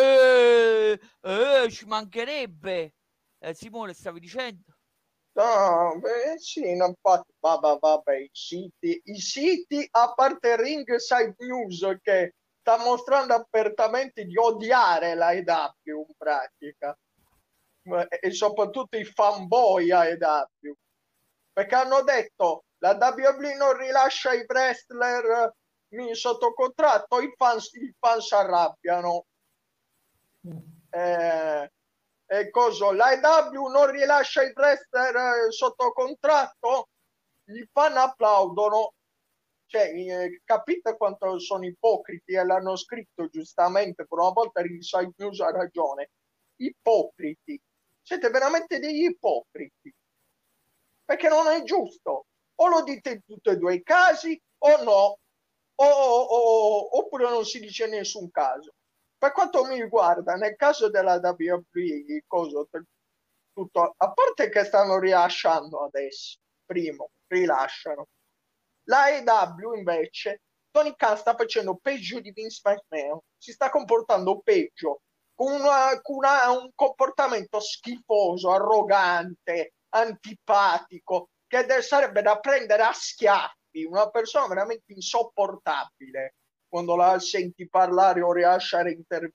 eh, eh, ci mancherebbe. Eh, Simone, stavi dicendo? No, beh, sì, no, infatti, vabbè, vabbè, i siti, i siti, a parte Ringside News, che sta mostrando apertamente di odiare l'A E W in pratica, e soprattutto i fanboy A E W, perché hanno detto la W W E non rilascia i wrestler sotto contratto, i fans, i fans si arrabbiano. Eh, e cosa? L'A E W non rilascia i wrestler eh, sotto contratto, gli fan applaudono. Cioè, eh, capite quanto sono ipocriti, e l'hanno scritto giustamente, per una volta Ringside News ha ragione. Ipocriti. Siete veramente degli ipocriti. Perché non è giusto. O lo dite in tutti e due i casi o no. O, o, o, oppure non si dice in nessun caso. per quanto mi riguarda, nel caso della W W E, cosa, tutto, a parte che stanno rilasciando adesso, primo, rilasciano. La A E W invece, Tony Khan sta facendo peggio di Vince McMahon, si sta comportando peggio, con, una, con una, un comportamento schifoso, arrogante, antipatico, che sarebbe da prendere a schiaffi, una persona veramente insopportabile quando la senti parlare o rilasciare interviste.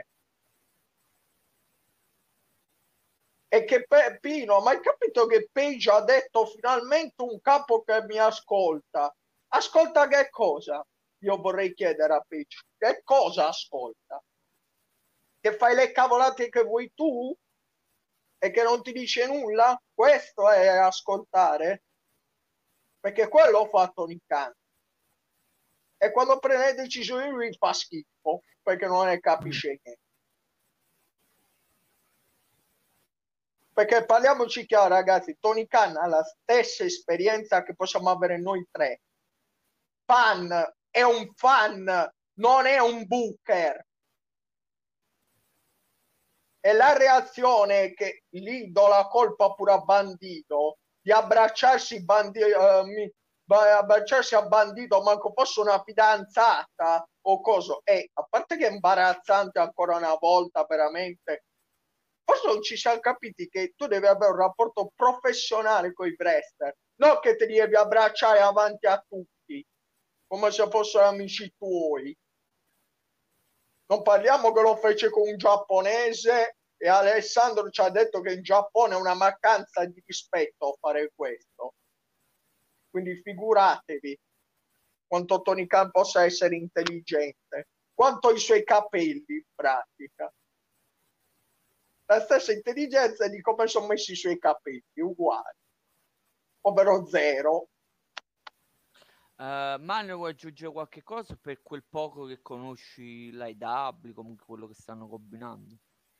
E che Pino, ma hai capito che Page ha detto finalmente un capo che mi ascolta? Ascolta che cosa? Io vorrei chiedere a Page, che cosa ascolta? Che fai le cavolate che vuoi tu e che non ti dice nulla? Questo è ascoltare? Perché quello fa Tony Khan. E quando prende decisioni lui fa schifo, perché non ne capisce niente. Perché parliamoci chiaro, ragazzi, Tony Khan ha la stessa esperienza che possiamo avere noi tre. Fan, è un fan, non è un booker. E la reazione che lì do la colpa pure a Bandito, di abbracciarsi, bandi, uh, mi, abbracciarsi a Bandito, manco fosse una fidanzata o cosa, è, a parte che è imbarazzante ancora una volta, veramente. Forse non ci siamo capiti che tu devi avere un rapporto professionale con i wrestler, non che ti devi abbracciare avanti a tutti, come se fossero amici tuoi. Non parliamo che lo fece con un giapponese e Alessandro ci ha detto che in Giappone è una mancanza di rispetto fare questo. Quindi figuratevi quanto Tony Khan possa essere intelligente, quanto i suoi capelli in pratica. La stessa intelligenza di come sono messi i suoi capelli, uguali, ovvero zero. Uh, Manuel, vuoi aggiungere qualche cosa per quel poco che conosci l'A E W, comunque quello che stanno combinando?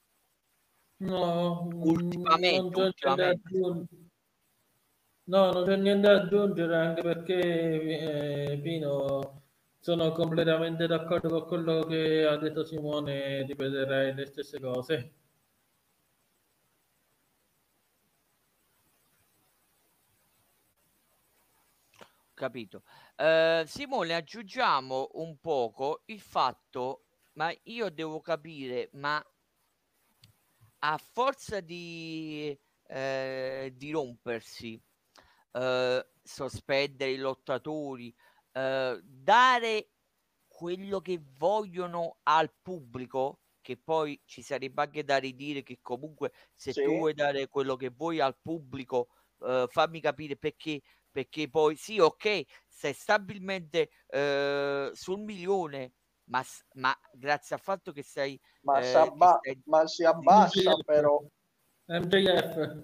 No, ultimamente, non c'è niente da ultimamente. aggiungere. No, non c'è niente da aggiungere, anche perché eh, Pino, sono completamente d'accordo con quello che ha detto Simone, ripeterei le stesse cose. Capito. Uh, Simone, aggiungiamo un poco il fatto, ma io devo capire, ma a forza di, eh, di rompersi, eh, sospendere i lottatori, eh, dare quello che vogliono al pubblico, che poi ci sarebbe anche da ridire che comunque se Sì. tu vuoi dare quello che vuoi al pubblico, eh, fammi capire perché, perché poi sì, ok, sei stabilmente eh, sul milione, ma, ma grazie al fatto che sei, ma, eh, si, abba- che sei ma si abbassa però. M J F.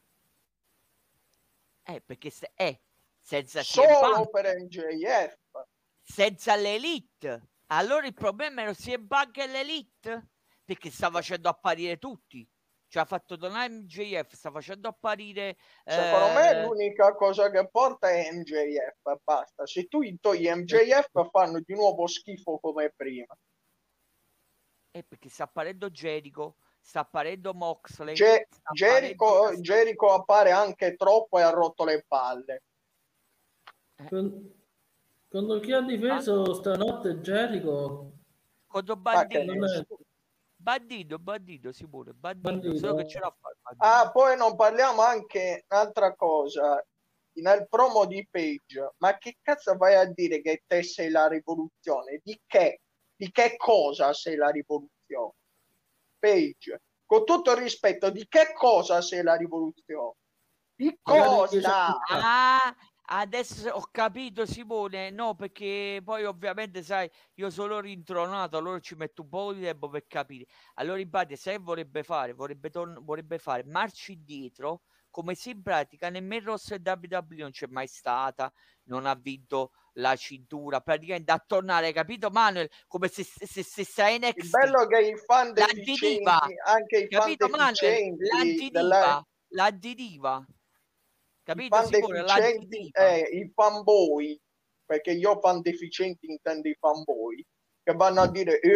Eh, perché se, eh, senza solo per M J F, senza l'elite. Allora il problema era C M Punk e l'elite, perché sta facendo apparire tutti. Cioè ha fatto tornare M J F, sta facendo apparire secondo eh... me l'unica cosa che porta è M J F, basta. Se tu togli M J F fanno di nuovo schifo come prima. Eh, perché sta apparendo Jericho, sta apparendo Moxley, Ge- sta Jericho, apparendo... Jericho appare anche troppo e ha rotto le palle. Con, contro chi ha difeso stanotte Jericho? Contro Bandito. Bandito. Bandito, bandito, Simone, bandito, bandito. Solo che ce l'ha fatto. Ah, poi non parliamo anche un'altra cosa. Nel promo di Page, ma che cazzo vai a dire che te sei la rivoluzione? Di che? Di che cosa sei la rivoluzione? Page, con tutto il rispetto, di che cosa sei la rivoluzione? Di cosa? Ah, adesso ho capito, Simone. No, perché poi ovviamente sai, io sono rintronato, allora ci metto un po' di tempo per capire. Allora in pratica se vorrebbe fare, vorrebbe, torn- vorrebbe fare marci indietro, come se in pratica nel main roster W W E non c'è mai stata, non ha vinto la cintura, praticamente a tornare, capito Manuel? Come se, se, se, se sei N X T. Il bello che i fan deficienti, anche i fan capito deficienti Manuel? della... L'antidiva. Capito, I fan Simone? deficienti, eh, i fanboy, perché io fan deficienti intendo i fanboy, che vanno a dire, eh,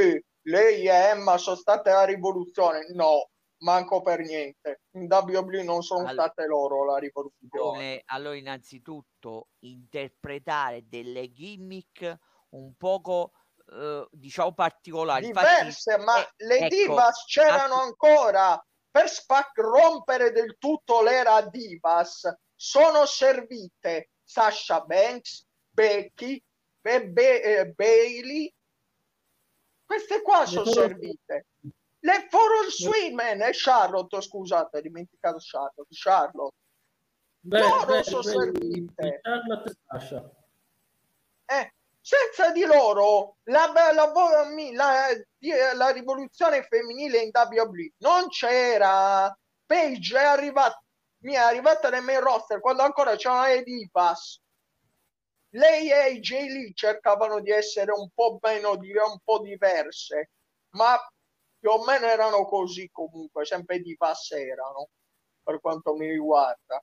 lei e Emma sono state la rivoluzione. No, manco per niente. In W W E non sono All- state loro la Ci rivoluzione. vuole allora innanzitutto interpretare delle gimmick un poco eh, diciamo particolari. Infatti, Diverse, ma eh, le ecco, Divas c'erano ass- ancora. Per spac- rompere del tutto l'era Divas sono servite Sasha Banks, Becky, Be- Be- eh, Bailey. Queste qua Le sono Foro- servite. Le Four Swimmen e Charlotte, scusate, ho dimenticato Charlotte. Charlotte. Beh, Loro beh, sono beh, servite. Charlotte e Sasha. Eh, senza di loro la, la, la, la, la rivoluzione femminile in W W E non c'era. Paige è arrivata, mi è arrivata nel main roster quando ancora c'erano le Divas. Lei e A J Lee cercavano di essere un po' meno, un po' diverse, ma più o meno erano così comunque, sempre Divas erano, per quanto mi riguarda.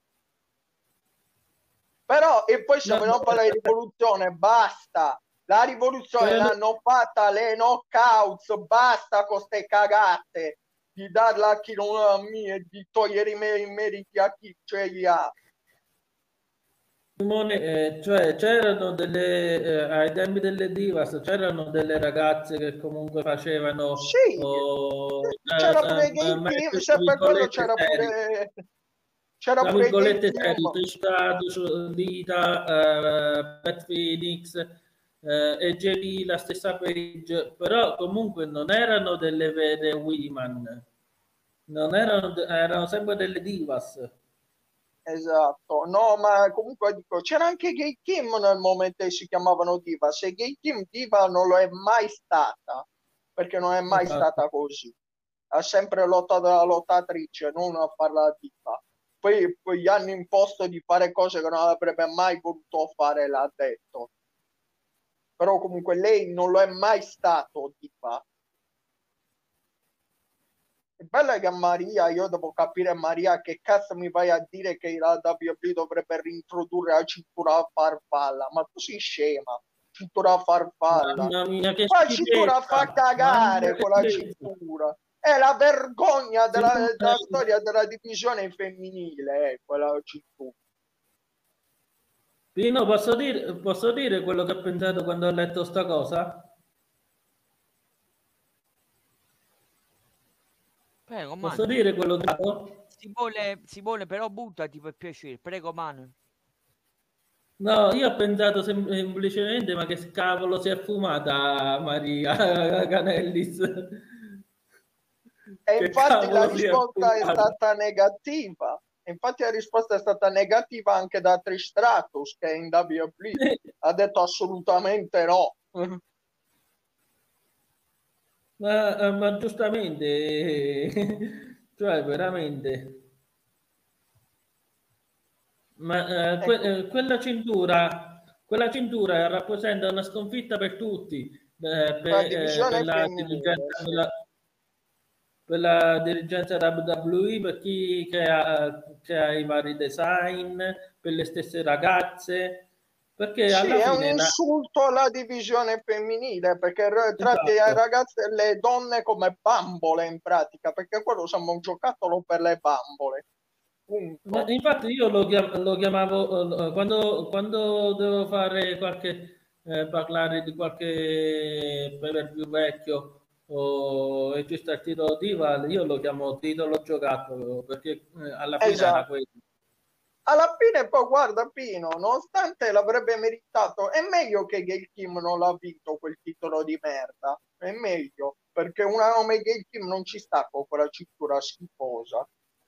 Però, e poi se No, vogliamo parlare di rivoluzione, basta. La rivoluzione Quello- l'hanno fatta le knockouts, basta con ste cagate di darla a chi non ha e di togliere i, mer- i meriti a chi ce li ha. Simone, eh, cioè c'erano delle eh, ai tempi delle Divas c'erano delle ragazze che comunque facevano Sì, oh, c'era eh, pure eh, Gay metto Kim, tra se per quello virgolette c'era seri, pure c'era tra pure Gay virgolette seri, Kim. Trish Stratus, Lita, eh, Beth Phoenix, eh, e J Lee, la stessa Paige, però comunque non erano delle vere women, non erano, erano sempre delle divas. Esatto, no, ma comunque dico, c'era anche Gay Kim nel momento che si chiamavano Diva. Se Gay Kim Diva non lo è mai stata, perché non è mai Esatto. stata così. Ha sempre lottato da lottatrice, non a farla da diva. Poi, poi gli hanno imposto di fare cose che non avrebbe mai voluto fare, l'ha detto. Però comunque lei non lo è mai stato diva. È bella che a Maria, io devo capire Maria che cazzo mi vai a dire che la W W E dovrebbe reintrodurre la cintura a farfalla, ma tu sei scema, cintura a farfalla. Mamma mia, che La cintura fa schifezza! cagare Mamma con la mia. cintura. È la vergogna della, Simone, della storia della divisione femminile, eh, quella cintura. Pino, posso dire, posso dire quello che ho pensato quando ho letto sta cosa? prego, Posso Manu. dire quello che ho detto? Si vuole, si vuole però buttati per piacere, prego Manu. No, io ho pensato sem- semplicemente, ma che cavolo si è fumata Maria Canellis? E Che infatti la cavolo si è risposta è fumata? stata negativa. Infatti la risposta è stata negativa anche da Trish Stratus, che in W W E ha detto assolutamente no. Ma, ma giustamente, cioè veramente. Ma eh, que- Ecco. eh, quella cintura, quella cintura rappresenta una sconfitta per tutti, eh, per, La eh, divisione per la femminile, dirigenza, sì. per la, per la dirigenza W W E, per chi crea, crea i vari design, per le stesse ragazze, perché Sì, alla è un fine... la- insulto alla divisione femminile perché r- tratti le Esatto. ragazze e le donne come bambole in pratica, perché quello sembra un giocattolo per le bambole. Punto. Ma infatti io lo, chiam- lo chiamavo eh, quando, quando devo fare qualche eh, parlare di qualche per più vecchio o e ci sta il titolo Diva, io lo chiamo titolo giocattolo perché eh, alla fine era Esatto. quello. Alla fine poi guarda Pino, nonostante l'avrebbe meritato, è meglio che Gail Kim non l'ha vinto quel titolo di merda, è meglio, perché una come Gail Kim non ci sta con quella cintura schifosa.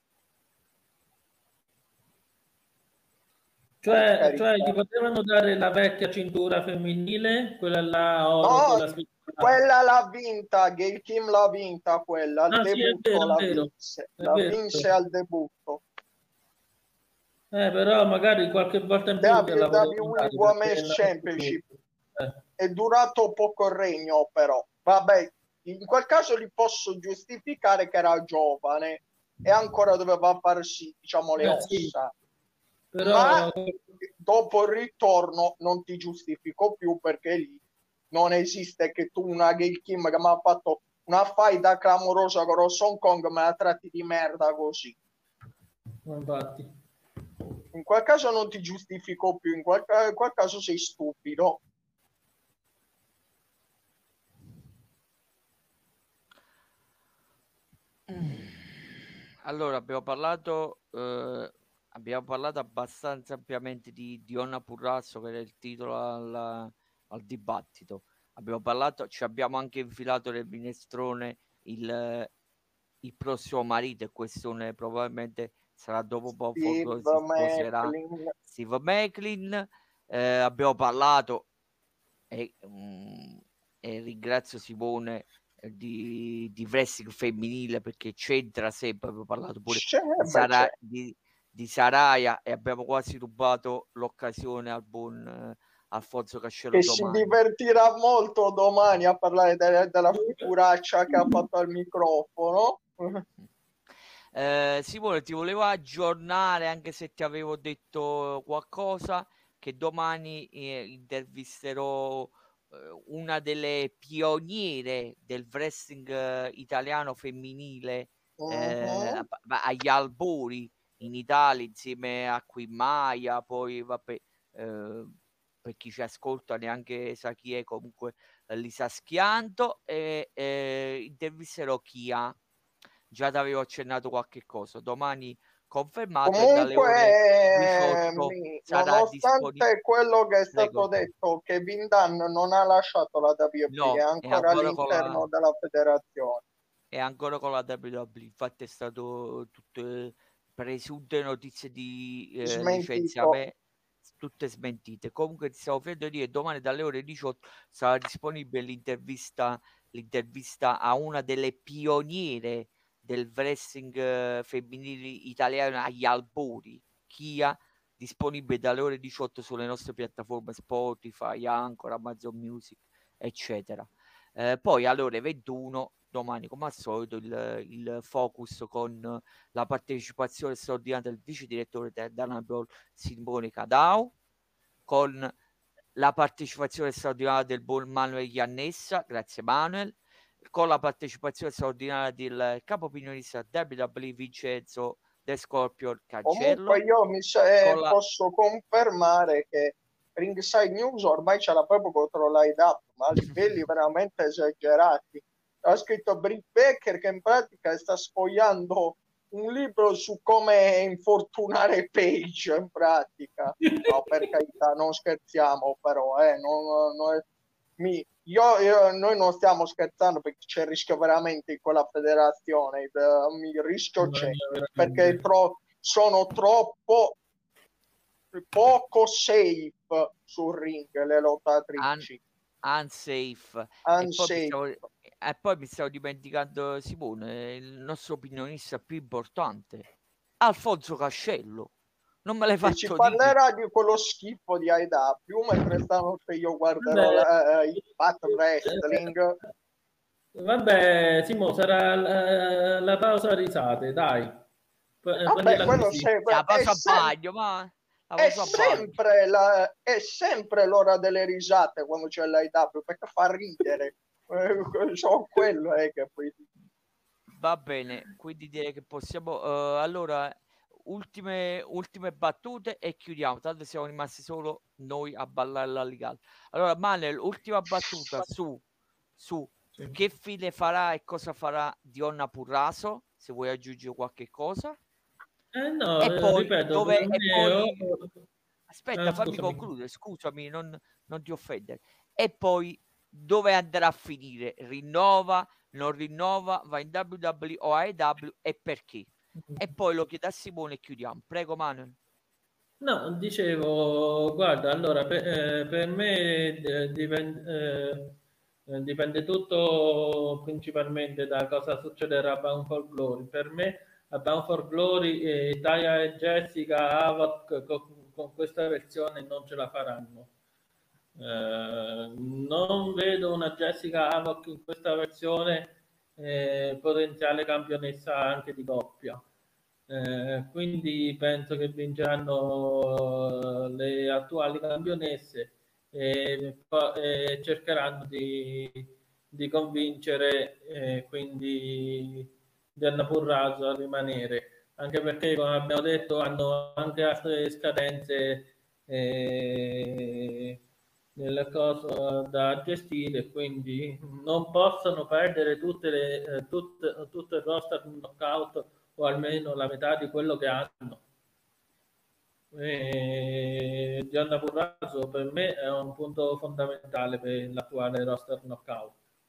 Cioè, cioè gli potevano dare la vecchia cintura femminile, quella là oro No, con la scrittura. quella l'ha vinta, Gail Kim l'ha vinta quella, al Ah, sì, è debutto vero, la è vero, vinse, è la vero. vinse al debutto. Eh, però magari qualche volta in più gliela potevano W W E dare, Women's perché Championship eh. è durato poco il regno, però vabbè, in quel caso li posso giustificare che era giovane e ancora doveva farsi, diciamo, le Eh, ossa. sì. Però Ma dopo il ritorno non ti giustifico più perché lì non esiste che tu una Gail Kim che mi ha fatto una fight clamorosa con Ross Hong Kong me la tratti di merda così. Infatti. In quel caso non ti giustifico più, in quel, in quel caso sei stupido. Allora, abbiamo parlato, eh, abbiamo parlato abbastanza ampiamente di Dionna Purrazzo, che era il titolo al, al dibattito. Abbiamo parlato, ci abbiamo anche infilato nel minestrone il, il prossimo marito, e questione probabilmente sarà dopo poco, Steve si sposerà Macklin. Steve Macklin. Eh, abbiamo parlato e, mm, e ringrazio Simone eh, di, di wrestling femminile, perché c'entra sempre. Abbiamo parlato pure C'è, di, beh, Sara, c'è. di, di Saraya, e abbiamo quasi rubato l'occasione al buon eh, Alfonso Cascello Che si domani. divertirà molto domani a parlare de- della figuraccia che ha fatto al microfono. Eh, Simone, ti volevo aggiornare, anche se ti avevo detto qualcosa, che domani eh, intervisterò eh, una delle pioniere del wrestling eh, italiano femminile eh, Mhm. a- agli albori in Italia, insieme a Qui Maya. Poi vabbè, eh, per chi ci ascolta neanche sa chi è, comunque eh, Lisa Schianto, e eh, intervisterò Chia. Già ti avevo accennato qualche cosa. Domani confermato, e dalle ore Comunque, diciotto mi- sarà disponibile. nonostante quello che è stato Prego. detto, che Vin Dunn non ha lasciato la W W E, è No, è ancora ancora con la, all'interno della federazione. è ancora con la W W E. Infatti è stato tutte presunte notizie di eh, Smentito. licenziamento, tutte smentite. Comunque ti stavo facendo dire, domani dalle ore diciotto sarà disponibile l'intervista, l'intervista a una delle pioniere del wrestling eh, femminile italiano agli albori, Chia, disponibile dalle ore diciotto sulle nostre piattaforme Spotify, Anchor, Amazon Music, eccetera. Eh, poi alle ore ventuno domani, come al solito, il, il focus con la partecipazione straordinaria del vice direttore del Danabol Simone Cadao, con la partecipazione straordinaria del buon Manuel Iannessa, grazie Manuel, con la partecipazione straordinaria del capo opinionista W W E Vincenzo De Scorpio Cancello. Comunque io mi se- la... posso confermare che Ringside News ormai ce l'ha proprio contro l'I W, ma a livelli veramente esagerati. Ha scritto Britt Baker che in pratica sta sfogliando un libro su come infortunare Page, in pratica. No, per carità, non scherziamo però, eh, non, non è- mi, io, io- noi non stiamo scherzando, perché c'è il rischio veramente in quella federazione, il, il rischio c'è, perché è tro- sono troppo poco safe sul ring le lottatrici. Un- unsafe. E poi, mi Unsafe. stavo, e poi mi stavo dimenticando, Simone, il nostro opinionista più importante, Alfonso Cascello. Non me l'hai E ci fatto dire. parlerà di quello schifo di I W, mentre stanotte io guarderò Beh, la, eh, il Pat Wrestling. Vabbè, Simo, sarà la, la pausa risate, dai. Pre- Vabbè, Prendila quello così. sempre, La è, pausa a sem- bagno, ma la è pausa a bagno. sempre la- è sempre l'ora delle risate quando c'è l'I W, perché fa ridere. Eh, so quello è che poi Va bene, quindi direi che possiamo. eh, allora, ultime, ultime battute e chiudiamo. Tanto siamo rimasti solo noi a ballare la legale. Allora, Manuel, ultima battuta su, su Sì. che fine farà e cosa farà Dionna Purraso, se vuoi aggiungere qualche cosa. Eh no, E eh, poi ripeto, dove per e me... poi oh, aspetta, ah, fammi scusami. concludere, scusami, non, non ti offendere. E poi dove andrà a finire? Rinnova, non rinnova, va in W W E o A E W, e perché? E poi lo chiedo a Simone e chiudiamo. Prego, Manuel. No, dicevo, guarda, allora per, eh, per me eh, dipende, eh, dipende tutto principalmente da cosa succederà a Bound for Glory. Per me a Bound for Glory eh, Taya e Jessica Havoc con, con questa versione non ce la faranno. Eh, non vedo una Jessica Havoc in questa versione eh, potenziale campionessa anche di coppia. Eh, quindi penso che vinceranno le attuali campionesse e, e cercheranno di, di convincere eh, quindi Gianna Purrazzo a rimanere, anche perché come abbiamo detto hanno anche altre scadenze eh, nel coso da gestire, quindi non possono perdere tutte le, eh, tutte, tutto il roster knockout o almeno la metà di quello che hanno. E Gianna Purrazzo per me è un punto fondamentale per l'attuale roster knockout.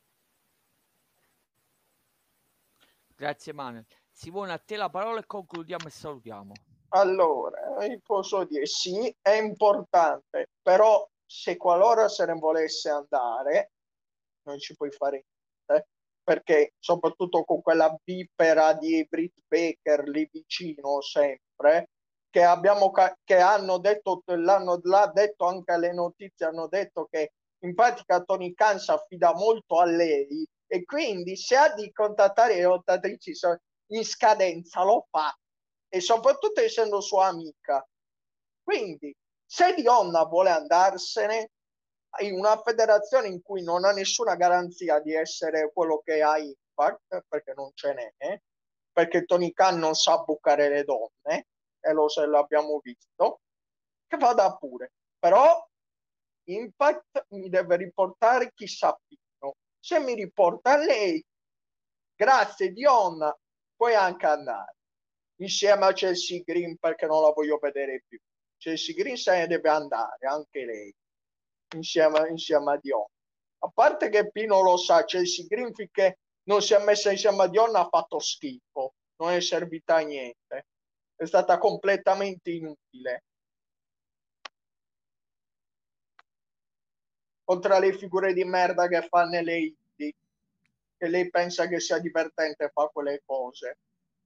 Grazie Manuel. Simone, a te la parola e concludiamo e salutiamo. Allora, io posso dire sì, è importante, però se qualora se ne volesse andare, non ci puoi fare niente, perché soprattutto con quella vipera di Britt Baker lì vicino sempre, che abbiamo che hanno detto, l'hanno l'ha detto anche alle notizie, hanno detto che in pratica Tony Khan si affida molto a lei e quindi se ha di contattare le lottatrici in scadenza lo fa, e soprattutto essendo sua amica. Quindi se Dionna vuole andarsene in una federazione in cui non ha nessuna garanzia di essere quello che ha Impact, perché non ce n'è, perché Tony Khan non sa bucare le donne, e lo se l'abbiamo visto, che vada pure. Però Impact mi deve riportare chissà Pino. Se mi riporta lei, grazie Dionna, puoi anche andare insieme a Chelsea Green, perché non la voglio vedere più. Chelsea Green se ne deve andare anche lei insieme, insieme a Dion. A parte che Pino lo sa, Chelsea Green finché non si è messa insieme a Dion ha fatto schifo, non è servita a niente, è stata completamente inutile. Oltre alle figure di merda che fa nelle indie, che lei pensa che sia divertente fa quelle cose.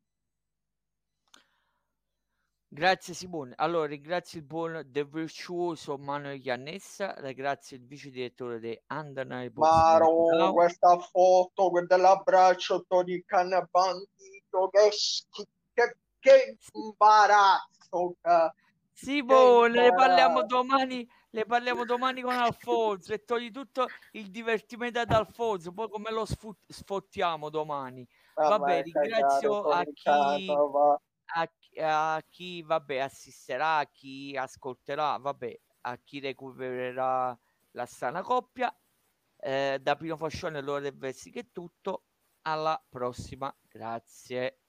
Grazie Simone. Allora ringrazio il buon del virtuoso Manuel Iannessa, ringrazio il vice direttore di Andana Maro, questa foto dell'abbraccio Tony Khan bandito, che, che, che imbarazzo. Simone, ne parliamo domani, ne parliamo domani con Alfonso e togli tutto il divertimento ad Alfonso, poi come lo sfottiamo domani. Vabbè, ringrazio a chi, a, a chi vabbè, assisterà, a chi ascolterà, vabbè, a chi recupererà la strana coppia. Eh, da Pino Fascione e Loro del Vessi che è tutto. Alla prossima, grazie.